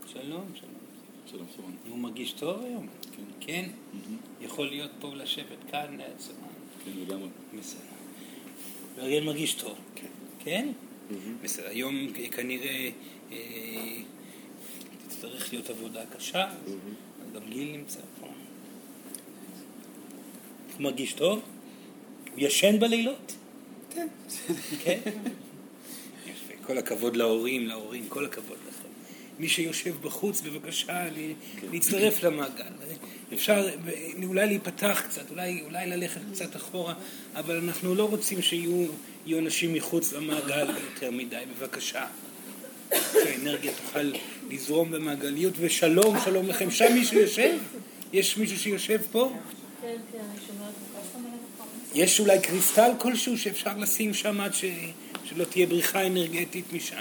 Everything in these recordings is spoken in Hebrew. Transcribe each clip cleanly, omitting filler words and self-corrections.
שלום, שלום. שלום, שלום. הוא מרגיש טוב היום? כן. כן? יכול להיות פה לשבת כאן? כן, לגמרי. בסדר. ואריאל מרגיש טוב? כן. כן? בסדר. היום כנראה תצטרך להיות עבודה קשה, אז גם גיל נמצא פה. הוא מרגיש טוב? הוא ישן בלילות? כן. כן? יפה. כל הכבוד להורים, כל הכבוד לכם. מי שיושב בחוץ, בבקשה, להצטרף למעגל. אפשר אולי להיפתח קצת, אולי ללכת קצת אחורה, אבל אנחנו לא רוצים שיהיו אנשים מחוץ למעגל יותר מדי. בבקשה. שהאנרגיה תוכל לזרום במעגליות, ושלום, שלום לכם. שם מישהו יושב? יש מישהו שיושב פה? כן, כן, אני שומעת לך. יש אולי קריסטל כלשהו שאפשר לשים שם עד שלא תהיה בריחה אנרגטית משם.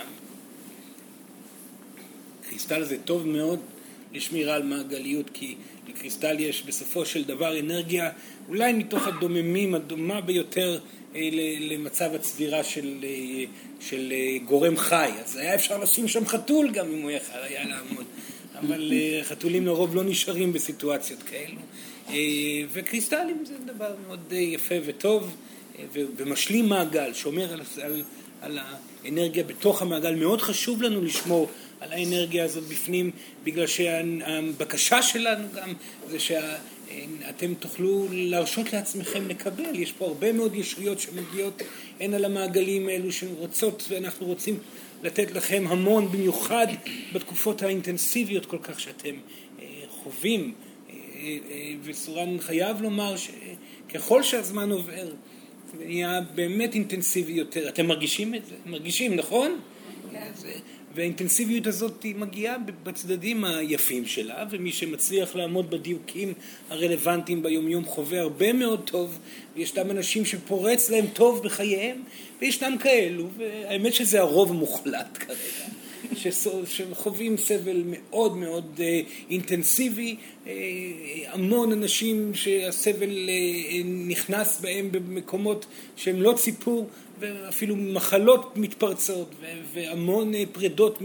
קריסטל זה טוב מאוד לשמירה על מעגליות, כי לקריסטל יש בסופו של דבר אנרגיה, אולי מתוך הדוממים, הדומה ביותר למצב הצבירה של גורם חי. אז היה אפשר לשים שם חתול גם אם הוא היה לעמוד. אבל חתולים לרוב לא נשארים בסיטואציות כאלו. וקריסטלים זה דבר מאוד יפה וטוב, ומשלים מעגל, שומר על האנרגיה בתוך המעגל. מאוד חשוב לנו לשמור על האנרגיה הזאת בפנים, בגלל שהבקשה שלנו גם זה שאתם תוכלו להרשות לעצמכם לקבל. יש פה הרבה מאוד ישויות שמגיעות הן על המעגלים האלו שרוצות, ואנחנו רוצים לתת לכם המון, במיוחד בתקופות האינטנסיביות כל כך שאתם חווים. וסורן חייב לומר שככל שהזמן עובר, זה נהיה באמת אינטנסיבי יותר. אתם מרגישים את זה? מרגישים, נכון? כן. והאינטנסיביות הזאת היא מגיעה בצדדים היפים שלה, ומי שמצליח לעמוד בדיוקים הרלוונטיים ביומיום חווה הרבה מאוד טוב, וישנם אנשים שפורץ להם טוב בחייהם, וישנם כאלו, והאמת שזה הרוב המוחלט כרגע, שחווים סבל מאוד מאוד אינטנסיבי, המון אנשים שהסבל נכנס בהם במקומות שהם לא ציפו, ואפילו מחלות מתפרצות, והמון פרדות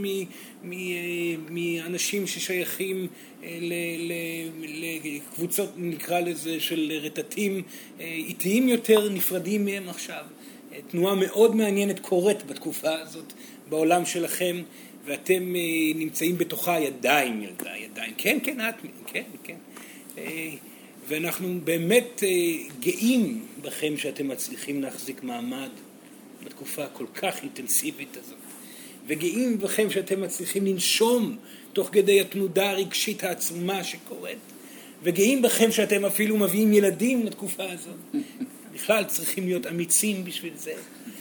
מאנשים ששייכים לקבוצות, נקרא לזה, של רטטים איטיים יותר, נפרדים מהם עכשיו. תנועה מאוד מעניינת קורית בתקופה הזאת בעולם שלכם, ואתם נמצאים בתוכה ידיים. כן, כן, כן. ואנחנו באמת גאים בכם שאתם מצליחים להחזיק מעמד בתקופה כל כך אינטנסיבית הזאת, וגאים בכם שאתם מצליחים לנשום תוך כדי התנודה הרגשית העצומה שקורית, וגאים בכם שאתם אפילו מביאים ילדים לתקופה הזאת. בכלל צריכים להיות אמיצים בשביל זה.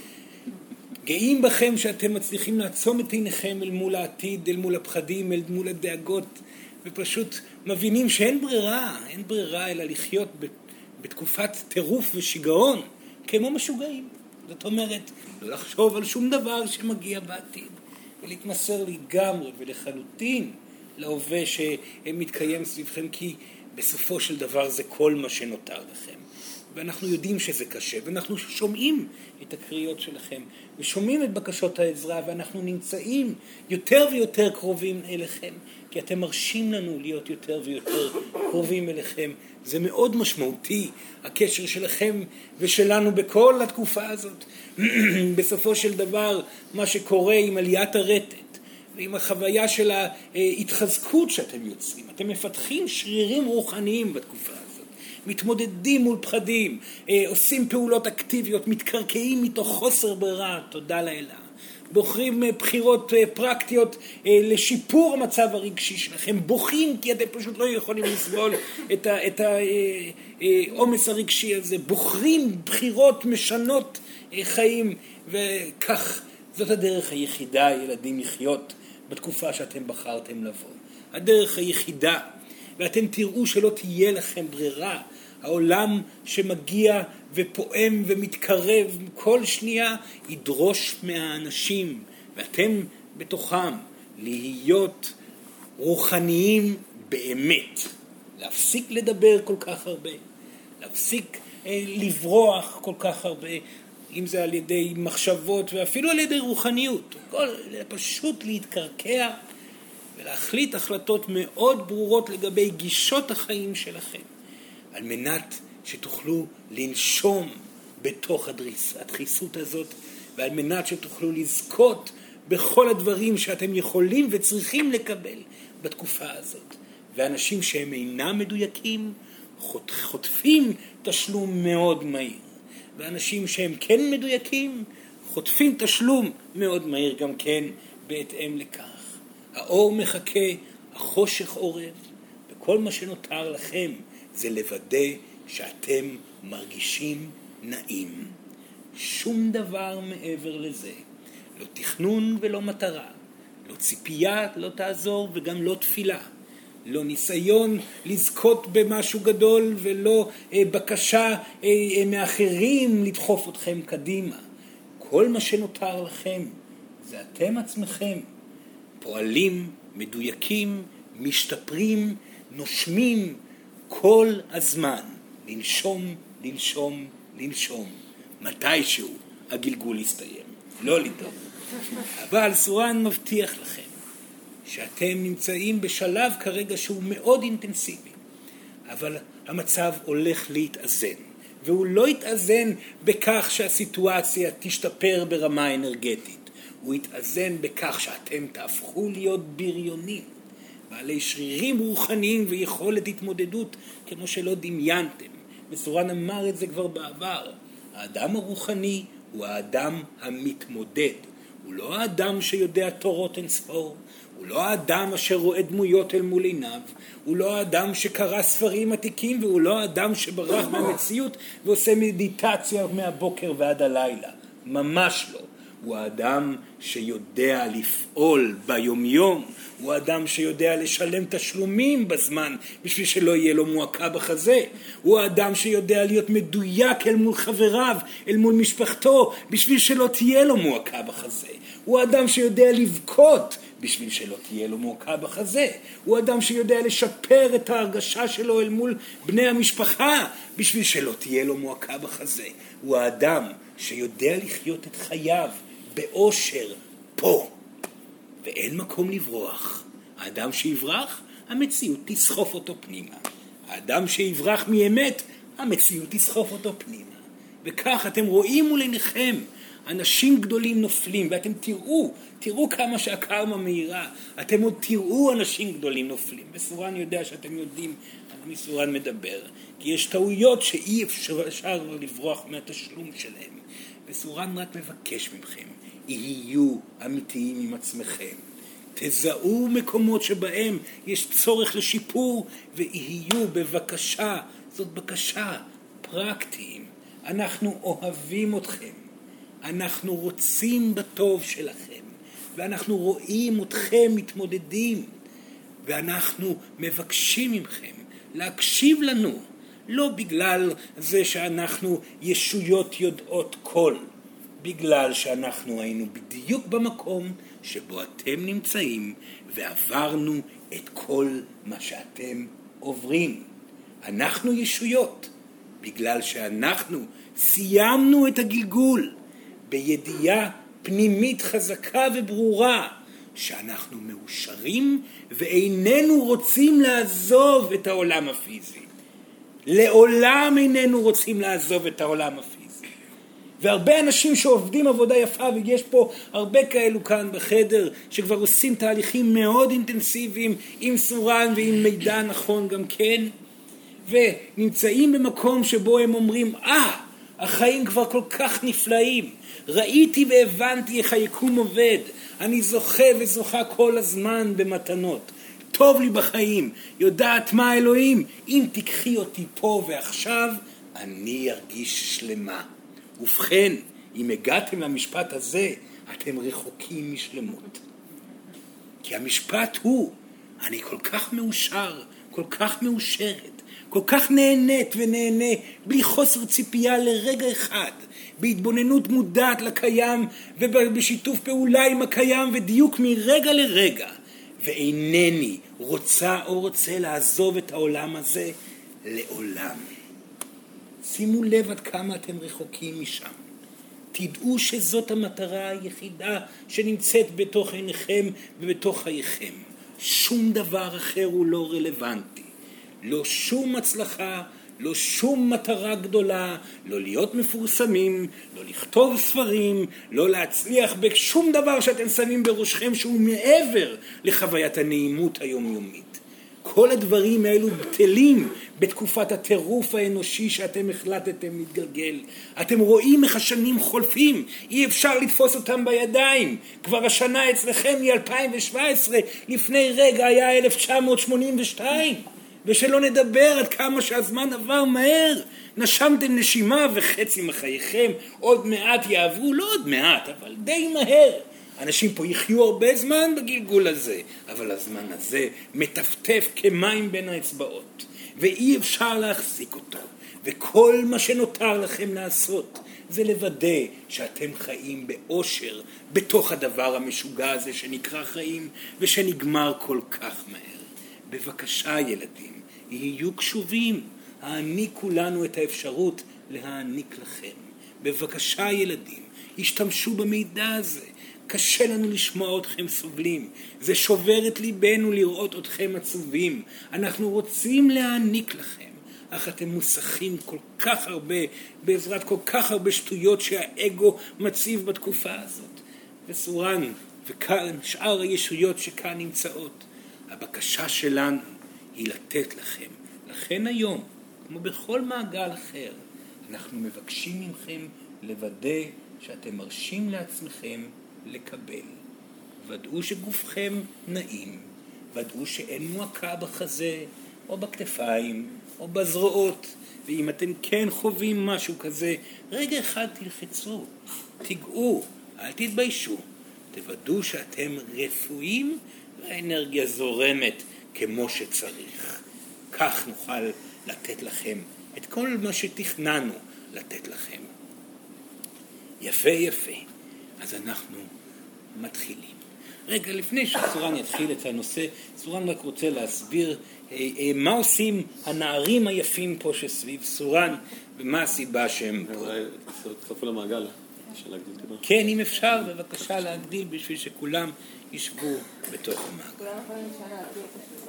גאים בכם שאתם מצליחים לעצום את עיניכם אל מול העתיד, אל מול הפחדים, אל מול הדאגות, ופשוט מבינים שאין ברירה אלא לחיות בתקופת טירוף ושיגעון כמו משוגעים. זאת אומרת, לא לחשוב על שום דבר שמגיע בעתיד, ולהתמסר לגמרי ולחלוטין להווה שמתקיים סביבכם, כי בסופו של דבר זה כל מה שנותר לכם. ואנחנו יודעים שזה קשה, ואנחנו שומעים את הקריאות שלכם, ושומעים את בקשות העזרה, ואנחנו נמצאים יותר ויותר קרובים אליכם, כי אתם מרשים לנו להיות יותר ויותר קרובים אליכם. זה מאוד משמעותי, הקשר שלכם ושלנו בכל התקופה הזאת. בסופו של דבר, מה שקורה עם עליית הרטט, ועם החוויה של ההתחזקות שאתם יוצרים, אתם מפתחים שרירים רוחניים בתקופה הזאת. מתמודדים מול פחדים, עושים פעולות אקטיביות, מתקרקעים מתוך חוסר ברירה, תודה לאלה. בוחרים בחירות פרקטיות לשיפור המצב הרגשי שלכם, בוכים כי אתם פשוט לא יכולים לסבול את העומס הרגשי הזה, בוחרים בחירות משנות חיים, וכך זאת הדרך היחידה, ילדים, לחיות בתקופה שאתם בחרתם לבוא. הדרך היחידה, ואתם תראו שלא תהיה לכם ברירה. העולם שמגיע ופועם ומתקרב כל שנייה ידרוש מהאנשים, ואתם בתוכם, להיות רוחניים באמת. להפסיק לדבר כל כך הרבה, להפסיק לברוח כל כך הרבה, אם זה על ידי מחשבות ואפילו על ידי רוחניות. פשוט להתקרקע ולהחליט החלטות מאוד ברורות לגבי גישות החיים שלכם, על מנת שתוכלו לנשום בתוך הדחיסות הזאת, ועל מנת שתוכלו לזכות בכל הדברים שאתם יכולים וצריכים לקבל בתקופה הזאת. ואנשים שהם אינם מדויקים חוטפים תשלום מאוד מהיר, ואנשים שהם כן מדויקים חוטפים תשלום מאוד מהיר גם כן בהתאם לכך. האור מחכה, החושך עורב, וכל מה שנותר לכם זה לוודא שאתם מרגישים נעים. שום דבר מעבר לזה. לא תכנון ולא מטרה, לא ציפייה לא תעזור וגם לא תפילה. לא ניסיון לזכות במשהו גדול ולא בקשה מאחרים לדחוף אתכם קדימה. כל מה שנותר לכם זה אתם עצמכם. פועלים, מדויקים, משתפרים, נושמים כל הזמן. לנשום, לנשום, לנשום. מתישהו הגלגול יסתיים. לא לדאוג. אבל סורן מבטיח לכם שאתם נמצאים בשלב כרגע שהוא מאוד אינטנסיבי. אבל המצב הולך להתאזן. והוא לא יתאזן בכך שהסיטואציה תשתפר ברמה אנרגטית. הוא יתאזן בכך שאתם תהפכו להיות בריונים, בעלי שרירים רוחניים ויכולת התמודדות כמו שלא דמיינתם. וסורן אמר את זה כבר בעבר. האדם הרוחני הוא האדם המתמודד. הוא לא האדם שיודע תורות אין ספור. הוא לא האדם אשר רואה דמויות אל מול עיניו. הוא לא האדם שקרא ספרים עתיקים, והוא לא האדם שברח מהמציאות ועושה מדיטציה מהבוקר ועד הלילה. ממש לא. הוא האדם שיודע לפעול ביומיום. הוא האדם שיודע לשלם תשלומים בזמן בשביל שלא יהיה לו מועקה בחזה. הוא האדם שיודע להיות מדויק אל מול חבריו, אל מול משפחתו, בשביל שלא תהיה לו מועקה בחזה. הוא האדם שיודע לבכות בשביל שלא תהיה לו מועקה בחזה. הוא אדם שיודע לשפר את ההרגשה שלו אל מול בני המשפחה בשביל שלא תהיה לו מועקה בחזה. הוא האדם שיודע לחיות את חייו באושר פה, ואין מקום לברוח. האדם שיברח, המציאות תסחוף אותו פנימה. האדם שיברח מאמת, המציאות תסחוף אותו פנימה. וכך אתם רואים מול עיניכם אנשים גדולים נופלים, ואתם תראו כמה שהקרמה מהירה. אתם עוד תראו אנשים גדולים נופלים. וסורן יודע שאתם יודעים על מי סורן מדבר, כי יש טעויות שאי אפשר לברוח מהתשלום שלהם. וסורן רק מבקש מכם, יהיו אמיתיים עם עצמכם. תזהו מקומות שבהם יש צורך לשיפור, ויהיו בבקשה, זאת בקשה, פרקטיים. אנחנו אוהבים אתכם. אנחנו רוצים בטוב שלכם. ואנחנו רואים אתכם מתמודדים. ואנחנו מבקשים מכם להקשיב לנו. לא בגלל זה שאנחנו ישויות יודעות כל. בגלל שאנחנו היינו בדיוק במקום שבו אתם נמצאים, ועברנו את כל מה שאתם עוברים. אנחנו ישויות, בגלל שאנחנו סיימנו את הגלגול, בידיעה פנימית חזקה וברורה, שאנחנו מאושרים, ואיננו רוצים לעזוב את העולם הפיזי. לעולם איננו רוצים לעזוב את העולם הפיזי. והרבה אנשים שעובדים עבודה יפה, ויש פה הרבה כאלו כאן בחדר, שכבר עושים תהליכים מאוד אינטנסיביים עם סורן ועם מידע נכון גם כן, ונמצאים במקום שבו הם אומרים, החיים כבר כל כך נפלאים, ראיתי והבנתי איך היקום עובד, אני זוכה וזוכה כל הזמן במתנות, טוב לי בחיים, יודעת מה אלוהים, אם תקחי אותי פה ועכשיו, אני ארגיש שלמה. ובכן, אם הגעתם למשפט הזה, אתם רחוקים משלמות. כי המשפט הוא, אני כל כך מאושר, כל כך מאושרת, כל כך נהנית ונהנה, בלי חוסר ציפייה לרגע אחד, בהתבוננות מודעת לקיים, ובשיתוף פעולה עם הקיים, ודיוק מרגע לרגע. ואינני רוצה או רוצה לעזוב את העולם הזה לעולם. שימו לב עד כמה אתם רחוקים משם. תדעו שזאת המטרה היחידה שנמצאת בתוך עיניכם ובתוך חייכם. שום דבר אחר הוא לא רלוונטי. לא שום הצלחה, לא שום מטרה גדולה, לא להיות מפורסמים, לא לכתוב ספרים, לא להצליח בשום דבר שאתם שמים בראשכם שהוא מעבר לחוויית הנעימות היומיומית. כל הדברים האלו בטלים בתקופת הטירוף האנושי שאתם החלטתם להתגלגל. אתם רואים איך השנים חולפים, אי אפשר לתפוס אותם בידיים. כבר השנה אצלכם היא 2017, לפני רגע היה 1982. ושלא נדבר עד כמה שהזמן עבר מהר. נשמתם נשימה וחצי מחייכם עוד מעט יעברו, לא עוד מעט, אבל די מהר. אנשים פה יחיו הרבה זמן בגלגול הזה, אבל הזמן הזה מטפטף כמים בין האצבעות, ואי אפשר להחזיק אותו. וכל מה שנותר לכם לעשות זה לוודא שאתם חיים באושר בתוך הדבר המשוגע הזה שנקרא חיים ושנגמר כל כך מהר. בבקשה ילדים, יהיו קשובים, העניקו לנו את האפשרות להעניק לכם. בבקשה ילדים, השתמשו במידע הזה. קשה לנו לשמוע אתכם סובלים, זה שובר את ליבנו לראות אתכם עצובים. אנחנו רוצים להעניק לכם, אך אתם מוסכים כל כך הרבה, בעזרת כל כך הרבה שטויות שהאגו מציב בתקופה הזאת. וסורן וכאן שאר הישויות שכאן נמצאות, הבקשה שלנו היא לתת לכם. לכן היום, כמו בכל מעגל אחר, אנחנו מבקשים מכם לוודא שאתם מרשים לעצמכם לקבל. ודאו שגופכם נעים, ודאו שאין מועקה בחזה או בכתפיים או בזרועות, ואם אתם כן חווים משהו כזה, רגע אחד תלחצו, תיגעו, אל תתביישו, תוודאו שאתם רפואיים והאנרגיה זורמת כמו שצריך. כך נוכל לתת לכם את כל מה שתכננו לתת לכם. יפה יפה. אז אנחנו מתחילים. רגע, לפני שסורן יתחיל את הנושא, סורן רק רוצה להסביר מה עושים הנערים היפים פה שסביב סורן, ומה הסיבה שהם פה. תחלפו למעגל, אפשר להגדיל טיפה? כן, אם אפשר, בבקשה להגדיל בשביל שכולם ישבו בתוך המעגל. כולם יכולים לשנה להגדיל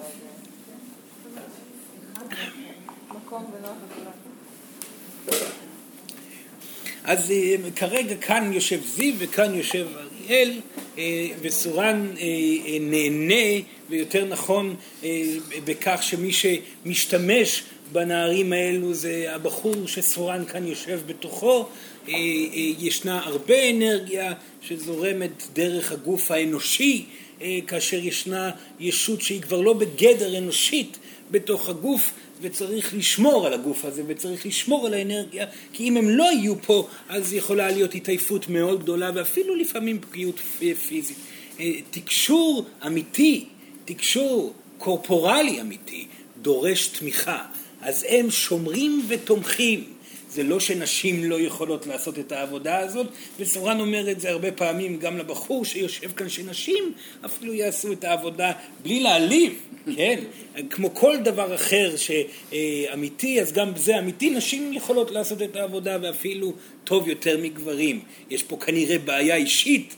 את מקום ונוח לכולם. אז כרגע כאן יושב זיו וכאן יושב אריאל, וסורן נהנה, ויותר נכון בכך שמי שמשתמש בנערים האלו זה הבחור שסורן כאן יושב בתוכו. ישנה הרבה אנרגיה שזורמת דרך הגוף האנושי, כאשר ישנה ישות שהיא כבר לא בגדר אנושית בתוך הגוף, וצריך לשמור על הגוף הזה, וצריך לשמור על האנרגיה, כי אם הם לא יהיו פה, אז יכולה להיות התעייפות מאוד גדולה, ואפילו לפעמים פגיעות פיזית. תקשור אמיתי, תקשור קורפורלי אמיתי, דורש תמיכה. אז הם שומרים ותומכים. זה לא שנשים לא יכולות לעשות את העבודה הזאת, וסורן אומר את זה הרבה פעמים גם לבחור שיושב כאן, שנשים אפילו יעשו את העבודה בלי להעליב, כן? כמו כל דבר אחר שאמיתי, אז גם זה אמיתי, נשים יכולות לעשות את העבודה ואפילו טוב יותר מגברים. יש פה כנראה בעיה אישית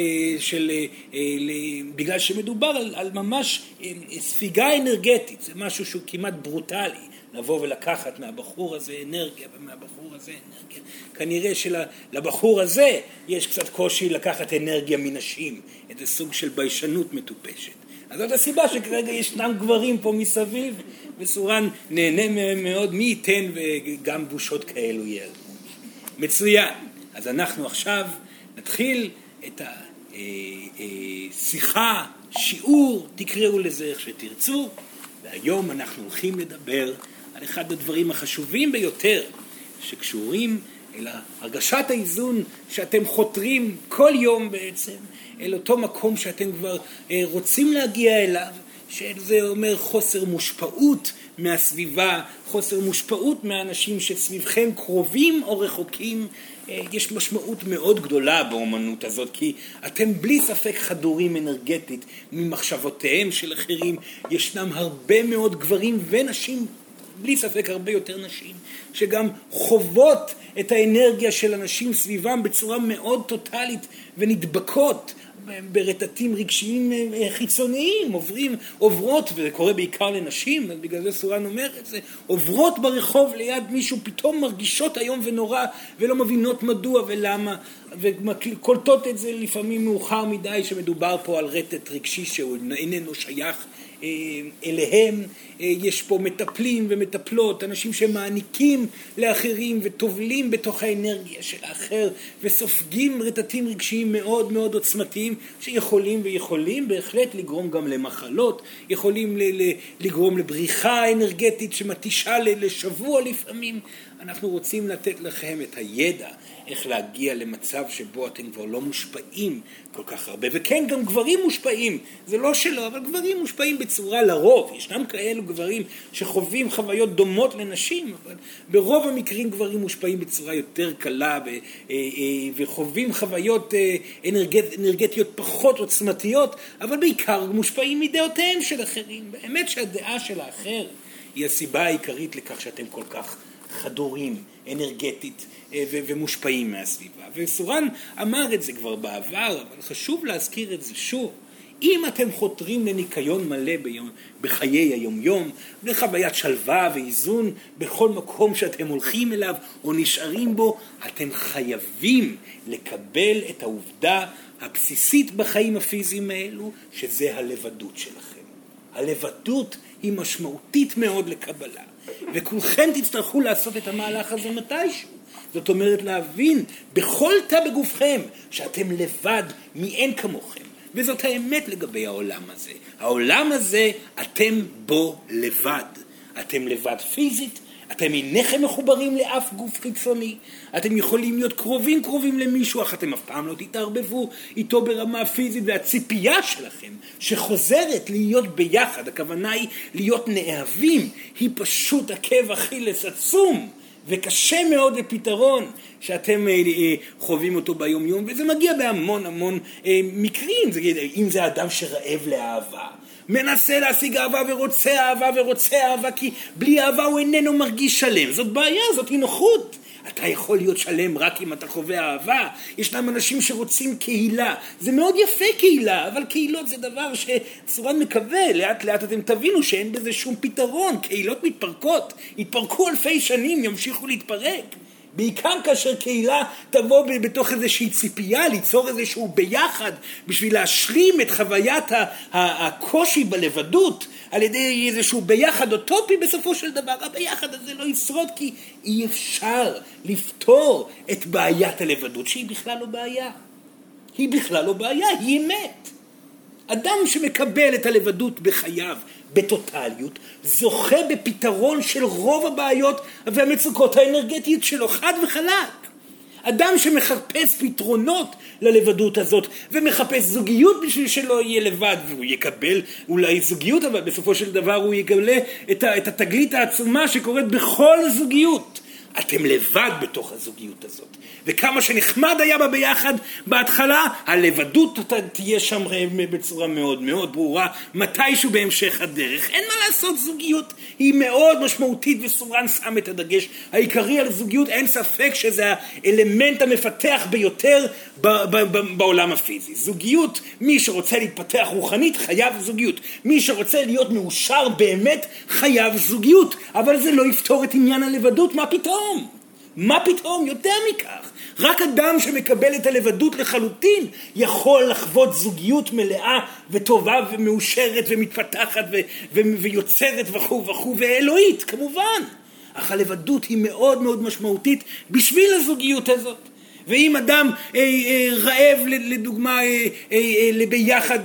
בגלל שמדובר על ממש ספיגה אנרגטית, זה משהו שהוא כמעט ברוטלי. לבוא ולקחת מהבחור הזה אנרגיה ומהבחור הזה אנרגיה. כנראה שלבחור הזה יש קצת קושי לקחת אנרגיה מנשים, איזה סוג של ביישנות מטופשת. אז זאת הסיבה שכרגע ישנם גברים פה מסביב, וסורן נהנה מהם מאוד, מי ייתן וגם בושות כאלו יהיה. מצוין. אז אנחנו עכשיו נתחיל את השיחה, שיעור, תקראו לזה איך שתרצו, והיום אנחנו הולכים לדבר על אחד הדברים החשובים ביותר שקשורים אל הרגשת האיזון שאתם חותרים כל יום בעצם, אל אותו מקום שאתם כבר רוצים להגיע אליו, שזה אומר חוסר מושפעות מהסביבה, חוסר מושפעות מהאנשים שסביבכם קרובים או רחוקים. יש משמעות מאוד גדולה באומנות הזאת, כי אתם בלי ספק חדורים אנרגטית ממחשבותיהם של אחרים. ישנם הרבה מאוד גברים ונשים, בלי ספק הרבה יותר נשים, שגם חוות את האנרגיה של אנשים סביבם בצורה מאוד טוטלית ונדבקות ברטטים רגשיים חיצוניים, עוברות, וזה קורה בעיקר לנשים, בגלל זה סורן אומר את זה, עוברות ברחוב ליד מישהו, פתאום מרגישות היום ונורא, ולא מבינות מדוע ולמה, וקולטות את זה לפעמים מאוחר מדי, שמדובר פה על רטט רגשי שהוא איננו שייך אליהם. יש פה מטפלים ומטפלות, אנשים שמעניקים לאחרים וטובלים בתוך האנרגיה של האחר וסופגים רטטים רגשיים מאוד מאוד עוצמתיים שיכולים בהחלט לגרום גם למחלות, יכולים לגרום לבריחה אנרגטית שמתישה לשבוע לפעמים. אנחנו רוצים לתת לכם את הידע איך להגיע למצב שבו אתם כבר לא מושפעים כל כך הרבה, וכן גם גברים מושפעים, זה לא שלא, אבל גברים מושפעים בצורה לרוב, ישנם כאלו גברים שחווים חוויות דומות לנשים, אבל ברוב המקרים גברים מושפעים בצורה יותר קלה וחווים חוויות אנרגטיות פחות עוצמתיות, אבל בעיקר מושפעים מדעותיהם של אחרים. באמת שהדעה של האחר היא הסיבה העיקרית לכך שאתם כל כך חדורים אנרגטית ומושפעים מהסביבה. וסורן אמר את זה כבר בעבר, אבל חשוב להזכיר את זה שוב. אם אתם חותרים לניקיון מלא בחיי היומיום, בחוויית שלווה ואיזון בכל מקום שאתם הולכים אליו או נשארים בו, אתם חייבים לקבל את העובדה הבסיסית בחיים הפיזיים האלו, שזה הלבדות שלכם. הלבדות היא משמעותית מאוד לקבלה, וכולכם תצטרכו לעשות את המהלך הזה מתישהו. זאת אומרת להבין בכל תא בגופכם שאתם לבד מאין כמוכם. וזאת האמת לגבי העולם הזה. העולם הזה אתם בו לבד. אתם לבד פיזית, אתם אינכם מחוברים לאף גוף חיצוני, אתם יכולים להיות קרובים למישהו, אך אתם אף פעם לא תתערבבו איתו ברמה פיזית, והציפייה שלכם שחוזרת להיות ביחד, הכוונה היא להיות נאהבים, היא פשוט עקב אכילס עצום, וקשה מאוד לפתרון שאתם חווים אותו ביום יום, וזה מגיע בהמון מקרים. אם זה אדם שרעב לאהבה, מנסה להשיג אהבה ורוצה אהבה, כי בלי אהבה הוא איננו מרגיש שלם. זאת בעיה, זאת אי-נוחות. אתה יכול להיות שלם רק אם אתה חווה אהבה. ישנם אנשים שרוצים קהילה. זה מאוד יפה קהילה, אבל קהילות זה דבר שסורן מקווה. לאט לאט אתם תבינו שאין בזה שום פתרון. קהילות מתפרקות. התפרקו אלפי שנים, ימשיכו להתפרק. בעיקר כאשר קהילה תבוא בתוך איזושהי ציפייה, ליצור איזשהו ביחד, בשביל להשלים את חוויית הקושי בלבדות, על ידי איזשהו ביחד אוטופי, בסופו של דבר הביחד הזה לא ישרוד, כי אי אפשר לפתור את בעיית הלבדות, שהיא בכלל לא בעיה. היא בכלל לא בעיה, היא אמת. אדם שמקבל את הלבדות בחייו, בטוטליות, זוכה בפתרון של רוב הבעיות והמצוקות האנרגטיות שלו, חד וחלק. אדם שמחפש פתרונות ללבדות הזאת, ומחפש זוגיות בשביל שלא יהיה לבד, והוא יקבל אולי זוגיות, אבל בסופו של דבר הוא יגלה את התגלית העצומה שקורית בכל זוגיות. אתם לבד בתוך הזוגיות הזאת. וכמה שנחמד היה בה ביחד בהתחלה, הלבדות תהיה שם בצורה מאוד מאוד ברורה, מתישהו בהמשך הדרך. אין מה לעשות, זוגיות היא מאוד משמעותית, וסורן שם את הדגש העיקרי על זוגיות. אין ספק שזה האלמנט המפתח ביותר בעולם הפיזי. זוגיות, מי שרוצה להתפתח רוחנית חייב זוגיות. מי שרוצה להיות מאושר באמת חייב זוגיות. אבל זה לא יפתור את עניין הלבדות, מה פתאום? מה פתאום? יותר מכך. רק אדם שמקבל את הלבדות לחלוטין יכול לחוות זוגיות מלאה וטובה ומאושרת ומתפתחת ויוצרת וכו' ואלוהית, כמובן. אך הלבדות היא מאוד מאוד משמעותית בשביל הזוגיות הזאת. ואם אדם רעב לדוגמה לביחד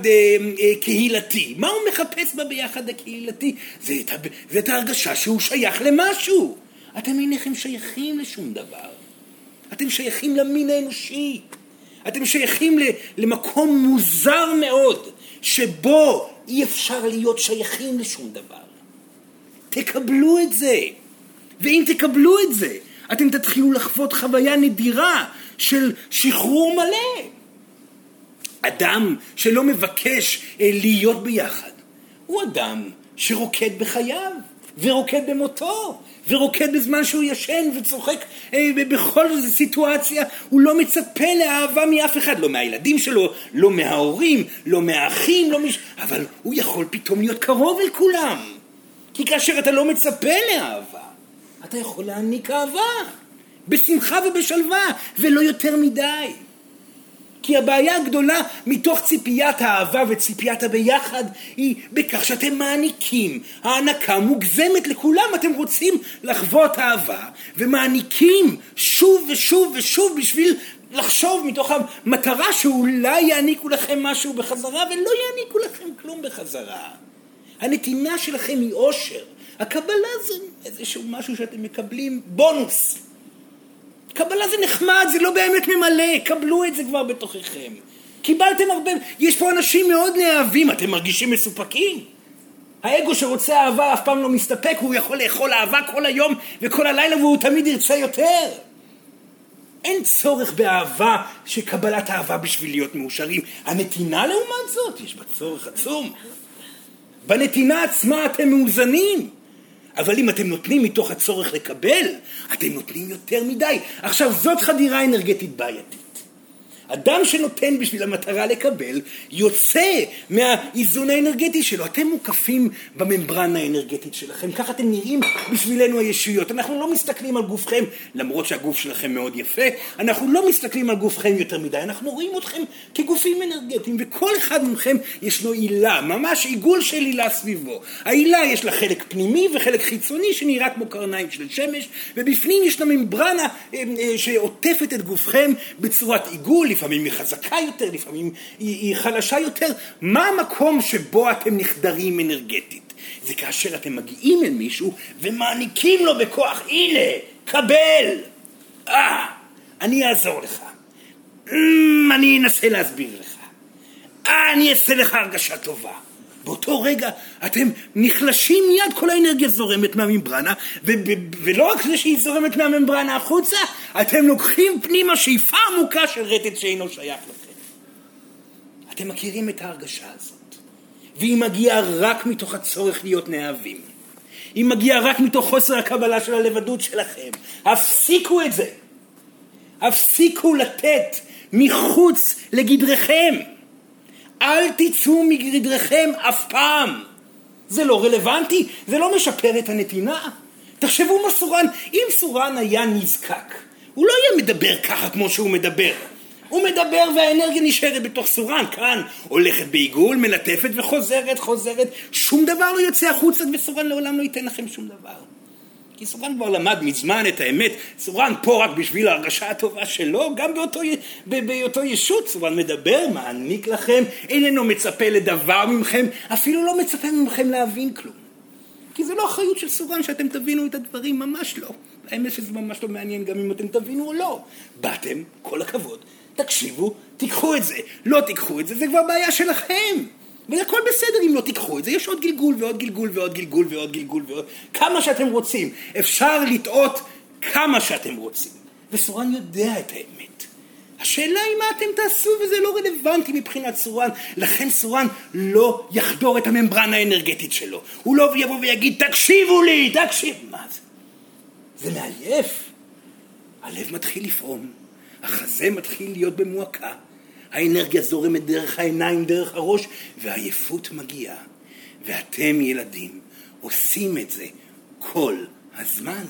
קהילתי, מה הוא מחפש בביחד הקהילתי? זה את ההרגשה שהוא שייך למשהו. אתם אינכם שייכים לשום דבר. אתם שייכים למין האנושי. אתם שייכים למקום מוזר מאוד, שבו אי אפשר להיות שייכים לשום דבר. תקבלו את זה. ואם תקבלו את זה, אתם תתחילו לחוות חוויה נדירה של שחרור מלא. אדם שלא מבקש להיות ביחד, הוא אדם שרוקד בחייו. ורוקד במותו, ורוקד בזמן שהוא ישן וצוחק בכל סיטואציה. הוא לא מצפה לאהבה מאף אחד, לא מהילדים שלו, לא מההורים, לא מהאחים, אבל הוא יכול פתאום להיות קרוב אל כולם. כי כאשר אתה לא מצפה לאהבה, אתה יכול להעניק אהבה, בשמחה ובשלווה, ולא יותר מדי. כי הבעיה הגדולה מתוך ציפיית האהבה וציפיית הביחד היא בכך שאתם מעניקים. הענקה מוגזמת לכולם, אתם רוצים לחוות אהבה ומעניקים שוב ושוב ושוב בשביל לחשוב מתוך המטרה שאולי יעניקו לכם משהו בחזרה ולא יעניקו לכם כלום בחזרה. הנתינה שלכם היא אושר. הקבלה זה איזשהו משהו שאתם מקבלים בונוס. קבלה זה נחמד, זה לא באמת ממלא, קבלו את זה כבר בתוככם. קיבלתם הרבה, יש פה אנשים מאוד נאהבים, אתם מרגישים מסופקים? האגו שרוצה אהבה אף פעם לא מסתפק, הוא יכול לאכול אהבה כל היום וכל הלילה והוא תמיד ירצה יותר. אין צורך באהבה שקבלת אהבה בשביל להיות מאושרים. הנתינה לעומת זאת, יש בה צורך עצום. בנתינה עצמה אתם מאוזנים. אבל אם אתם נותנים מתוך הצורך לקבל, אתם נותנים יותר מדי. עכשיו, זאת חדירה אנרגטית בעייתית. אדם שנותן בשביל המטרה לקבל, יוצא מהאיזון האנרגטי שלו. אתם מוקפים בממברנה האנרגטית שלכם. ככה אתם נראים בשבילנו הישויות. אנחנו לא מסתכלים על גופכם, למרות שהגוף שלכם מאוד יפה. אנחנו לא מסתכלים על גופכם יותר מדי. אנחנו רואים אתכם כגופים אנרגטיים, וכל אחד מכם יש לו עילה, ממש עיגול של עילה סביבו. העילה יש לה חלק פנימי וחלק חיצוני שנראה כמו קרניים של שמש, ובפנים יש לה ממברנה שעוטפת את גופכם בצורת עיגול, לפעמים היא חזקה יותר, לפעמים היא חלשה יותר. מה המקום שבו אתם נחדרים אנרגטית? זה כאשר אתם מגיעים אל מישהו ומעניקים לו בכוח, הנה, קבל. אני אעזור לך. אני אנסה להסביר לך. אני אעשה לך הרגשה טובה. באותו רגע אתם נחלשים מיד, כל האנרגיה זורמת מהממברנה, ולא רק זה שהיא זורמת מהממברנה החוצה, אתם לוקחים פנימה שאיפה עמוקה של רטט שאינו שייך לכם. אתם מכירים את ההרגשה הזאת, והיא מגיעה רק מתוך הצורך להיות נאהבים. היא מגיעה רק מתוך חוסר הקבלה של הלבדות שלכם. הפסיקו את זה. הפסיקו לתת מחוץ לגדרכם. אל תצאו מגדרכם אף פעם. זה לא רלוונטי, זה לא משפר את הנתינה. תחשבו מה סורן, אם סורן היה נזקק, הוא לא היה מדבר ככה כמו שהוא מדבר. הוא מדבר והאנרגיה נשארת בתוך סורן, כאן הולכת בעיגול, מלטפת וחוזרת, שום דבר לא יוצא החוצה וסורן לעולם לא ייתן לכם שום דבר. כי סורן כבר למד מזמן את האמת, סורן פה רק בשביל ההרגשה הטובה שלו, גם באותו ישות סורן מדבר, מעניק לכם, איננו מצפה לדבר ממכם, אפילו לא מצפה ממכם להבין כלום. כי זה לא אחריות של סורן שאתם תבינו את הדברים, ממש לא. האמת שזה ממש לא מעניין גם אם אתם תבינו או לא. באתם, כל הכבוד, תקשיבו, תיקחו את זה, לא תיקחו את זה, זה כבר בעיה שלכם. והכל בסדר אם לא תיקחו את זה, יש עוד גלגול ועוד גלגול ועוד גלגול ועוד גלגול ועוד כמה שאתם רוצים, אפשר לטעות כמה שאתם רוצים, וסורן יודע את האמת. השאלה היא מה אתם תעשו, וזה לא רלוונטי מבחינת סורן. לכן סורן לא יחדור את הממברנה האנרגטית שלו, הוא לא יבוא ויגיד תקשיבו לי, תקשיב. מה זה? זה מעייף. הלב מתחיל לפעום, החזה מתחיל להיות במועקה, האנרגיה זורמת דרך העיניים, דרך הראש, והעייפות מגיעה. ואתם ילדים עושים את זה כל הזמן,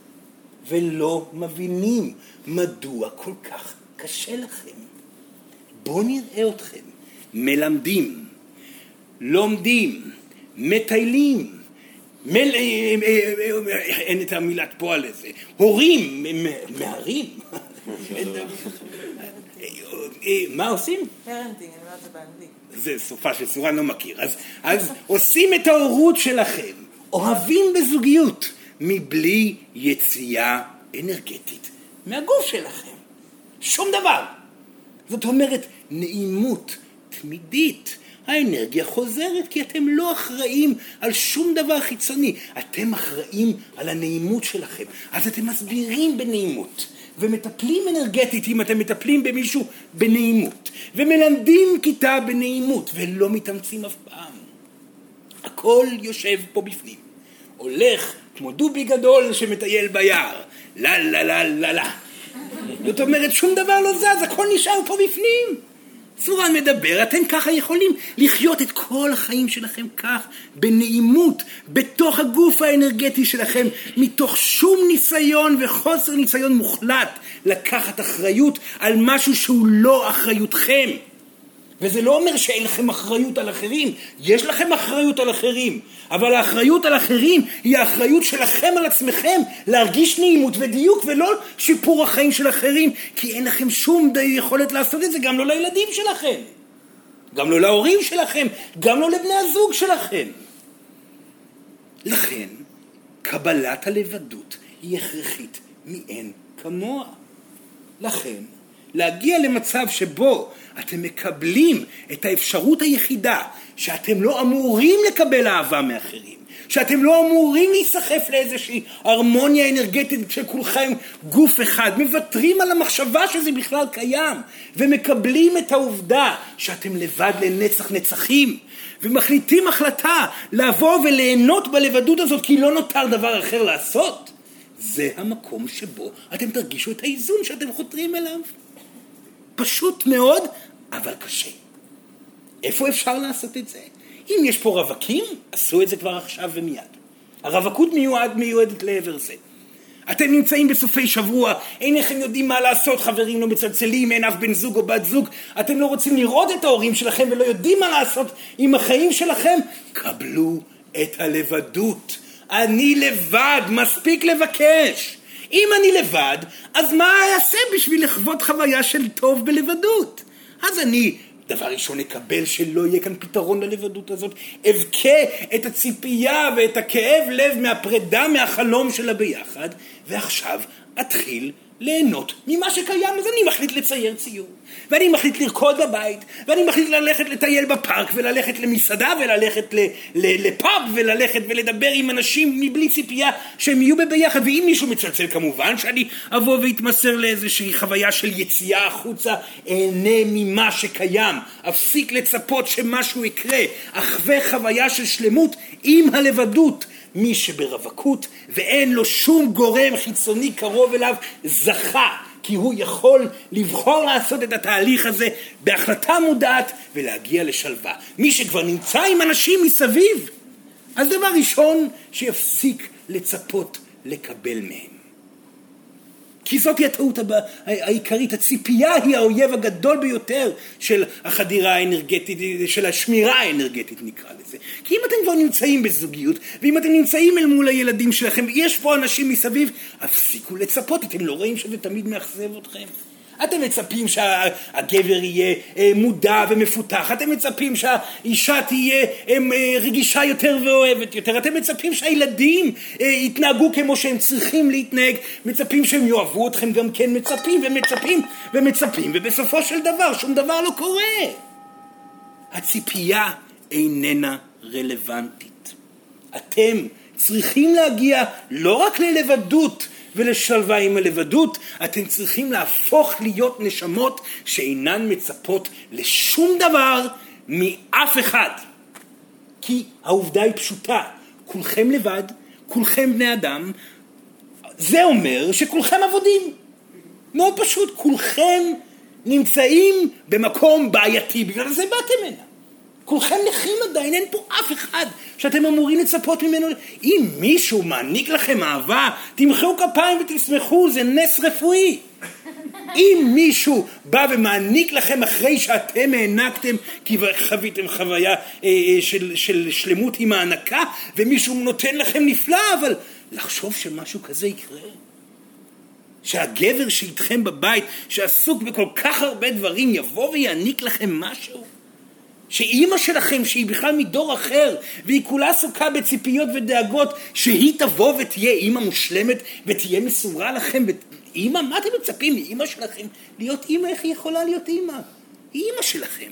ולא מבינים מדוע כל כך קשה לכם. בואו נראה אתכם מלמדים, לומדים, מטיילים, אין את המילת פועל לזה, הורים, מהרים. מה עושים? פרנטינג, אני אומרת זה באנגלית. זה סופה שסורן לא מכיר. אז עושים את ההורות שלכם, אוהבים בזוגיות, מבלי יציאה אנרגטית מהגוף שלכם. שום דבר. זאת אומרת, נעימות תמידית. האנרגיה חוזרת כי אתם לא אחראים על שום דבר חיצוני. אתם אחראים על הנעימות שלכם. אז אתם מסבירים בנעימות. ומטפלים אנרגטית אם אתם מטפלים במישהו בנעימות. ומלמדים כיתה בנעימות ולא מתאמצים אף פעם. הכל יושב פה בפנים. הולך כמו דובי גדול שמטייל ביער. לה לה לה לה לה. זאת אומרת, שום דבר לא זז, הכל נשאר פה בפנים. סורן מדבר, אתם ככה יכולים לחיות את כל החיים שלכם כך, בנעימות, בתוך הגוף האנרגטי שלכם, מתוך שום ניסיון וחוסר ניסיון מוחלט, לקחת אחריות על משהו שהוא לא אחריותכם. וזה לא אומר שאין לכם אחריות על אחרים, יש לכם אחריות על אחרים, אבל האחריות על אחרים היא האחריות שלכם על עצמכם, להרגיש נעימות ודיוק ולא שיפור החיים של אחרים, כי אין לכם שום יכולת לעשות את זה, גם לא לילדים שלכם, גם לא להורים שלכם, גם לא לבני הזוג שלכם. לכן, קבלת הלבדות היא הכרחית מאין כמוה. לכן, להגיע למצב שבו אתם מקבלים את האפשרות היחידה שאתם לא אמורים לקבל אהבה מאחרים, שאתם לא אמורים להיסחף לאיזושהי הרמוניה אנרגטית שכולכם גוף אחד, מוותרים על המחשבה שזה בכלל קיים ומקבלים את העובדה שאתם לבד לנצח נצחים ומחליטים החלטה לבוא וליהנות בלבדות הזאת כי לא נותר דבר אחר לעשות. זה המקום שבו אתם תרגישו את האיזון שאתם חותרים אליו. פשוט מאוד, אבל קשה. איפה אפשר לעשות את זה? אם יש פה רווקים, עשו את זה כבר עכשיו ומיד. הרווקות מיועדת לעבר זה. אתם נמצאים בסופי שבוע, אינכם יודעים מה לעשות, חברים לא מצלצלים, אין אף בן זוג או בת זוג, אתם לא רוצים לראות את ההורים שלכם ולא יודעים מה לעשות עם החיים שלכם, קבלו את הלבדות. אני לבד, מספיק לבקש. אם אני לבד, אז מה אעשה בשביל לחוות חוויה של טוב בלבדות? אז אני, דבר ראשון, אקבל שלא יהיה כאן פתרון ללבדות הזאת, אבכה את הציפייה ואת הכאב לב מהפרידה מהחלום שלה ביחד, ועכשיו אתחיל ליהנות ממה שקיים. אז אני מחליט לצייר ציור, ואני מחליט לרקוד בבית, ואני מחליט ללכת לטייל בפארק, וללכת למסעדה, וללכת לפאב, וללכת ולדבר עם אנשים מבלי ציפייה שהם יהיו ביחד. ואם מישהו מצלצל, כמובן שאני אבוא והתמסר לאיזושהי חוויה של יציאה החוצה, אהנה ממה שקיים, אפסיק לצפות שמשהו יקרה, אחווה חוויה של שלמות עם הלבדות. מי שברווקות ואין לו שום גורם חיצוני קרוב אליו זכה, כי הוא יכול לבחור לעשות את התהליך הזה בהחלטה מודעת ולהגיע לשלווה. מי שכבר נמצא עם אנשים מסביב, אז דבר ראשון שיפסיק לצפות לקבל מהם. כי זאת היא הטעות העיקרית, הציפייה היא האויב הגדול ביותר של החדירה האנרגטית, של השמירה האנרגטית נקרא לזה. כי אם אתם כבר נמצאים בזוגיות, ואם אתם נמצאים אל מול הילדים שלכם, יש פה אנשים מסביב, הפסיקו לצפות, אתם לא רואים שזה תמיד מאכזב אתכם. אתם מצפים שהגבר יהיה מודע ומפותח, אתם מצפים שהאישה תהיה רגישה יותר ואוהבת יותר, אתם מצפים שהילדים יתנהגו כמו שהם צריכים להתנהג, מצפים שהם יאהבו אתכם גם כן, מצפים ומצפים ומצפים, ובסופו של דבר שום דבר לא קורה. הציפייה איננה רלוונטית. אתם צריכים להגיע לא רק ללבדות ולשלווה עם הלבדות, אתם צריכים להפוך להיות נשמות שאינן מצפות לשום דבר מאף אחד. כי העובדה היא פשוטה, כולכם לבד, כולכם בני אדם, זה אומר שכולכם עבודים. מאוד פשוט, כולכם נמצאים במקום בעייתי, בגלל זה באתם הנה. כולכם נכים עדיין, אין פה אף אחד שאתם אמורים לצפות ממנו. אם מישהו מעניק לכם אהבה, תמחאו כפיים ותשמחו, זה נס רפואי. אם מישהו בא ומעניק לכם אחרי שאתם הענקתם, כי חוויתם חוויה של שלמות עם הענקה, ומישהו נותן לכם נפלא, אבל לחשוב שמשהו כזה יקרה. שהגבר שאיתכם בבית, שעסוק בכל כך הרבה דברים, יבוא ויעניק לכם משהו. שאימא שלכם, שהיא בכלל מדור אחר, והיא כולה עסוקה בציפיות ודאגות, שהיא תבוא ותהיה אימא מושלמת, ותהיה מסורה לכם. אימא, מה אתם מצפים מאימא שלכם? להיות אימא, איך היא יכולה להיות אימא? היא אימא שלכם.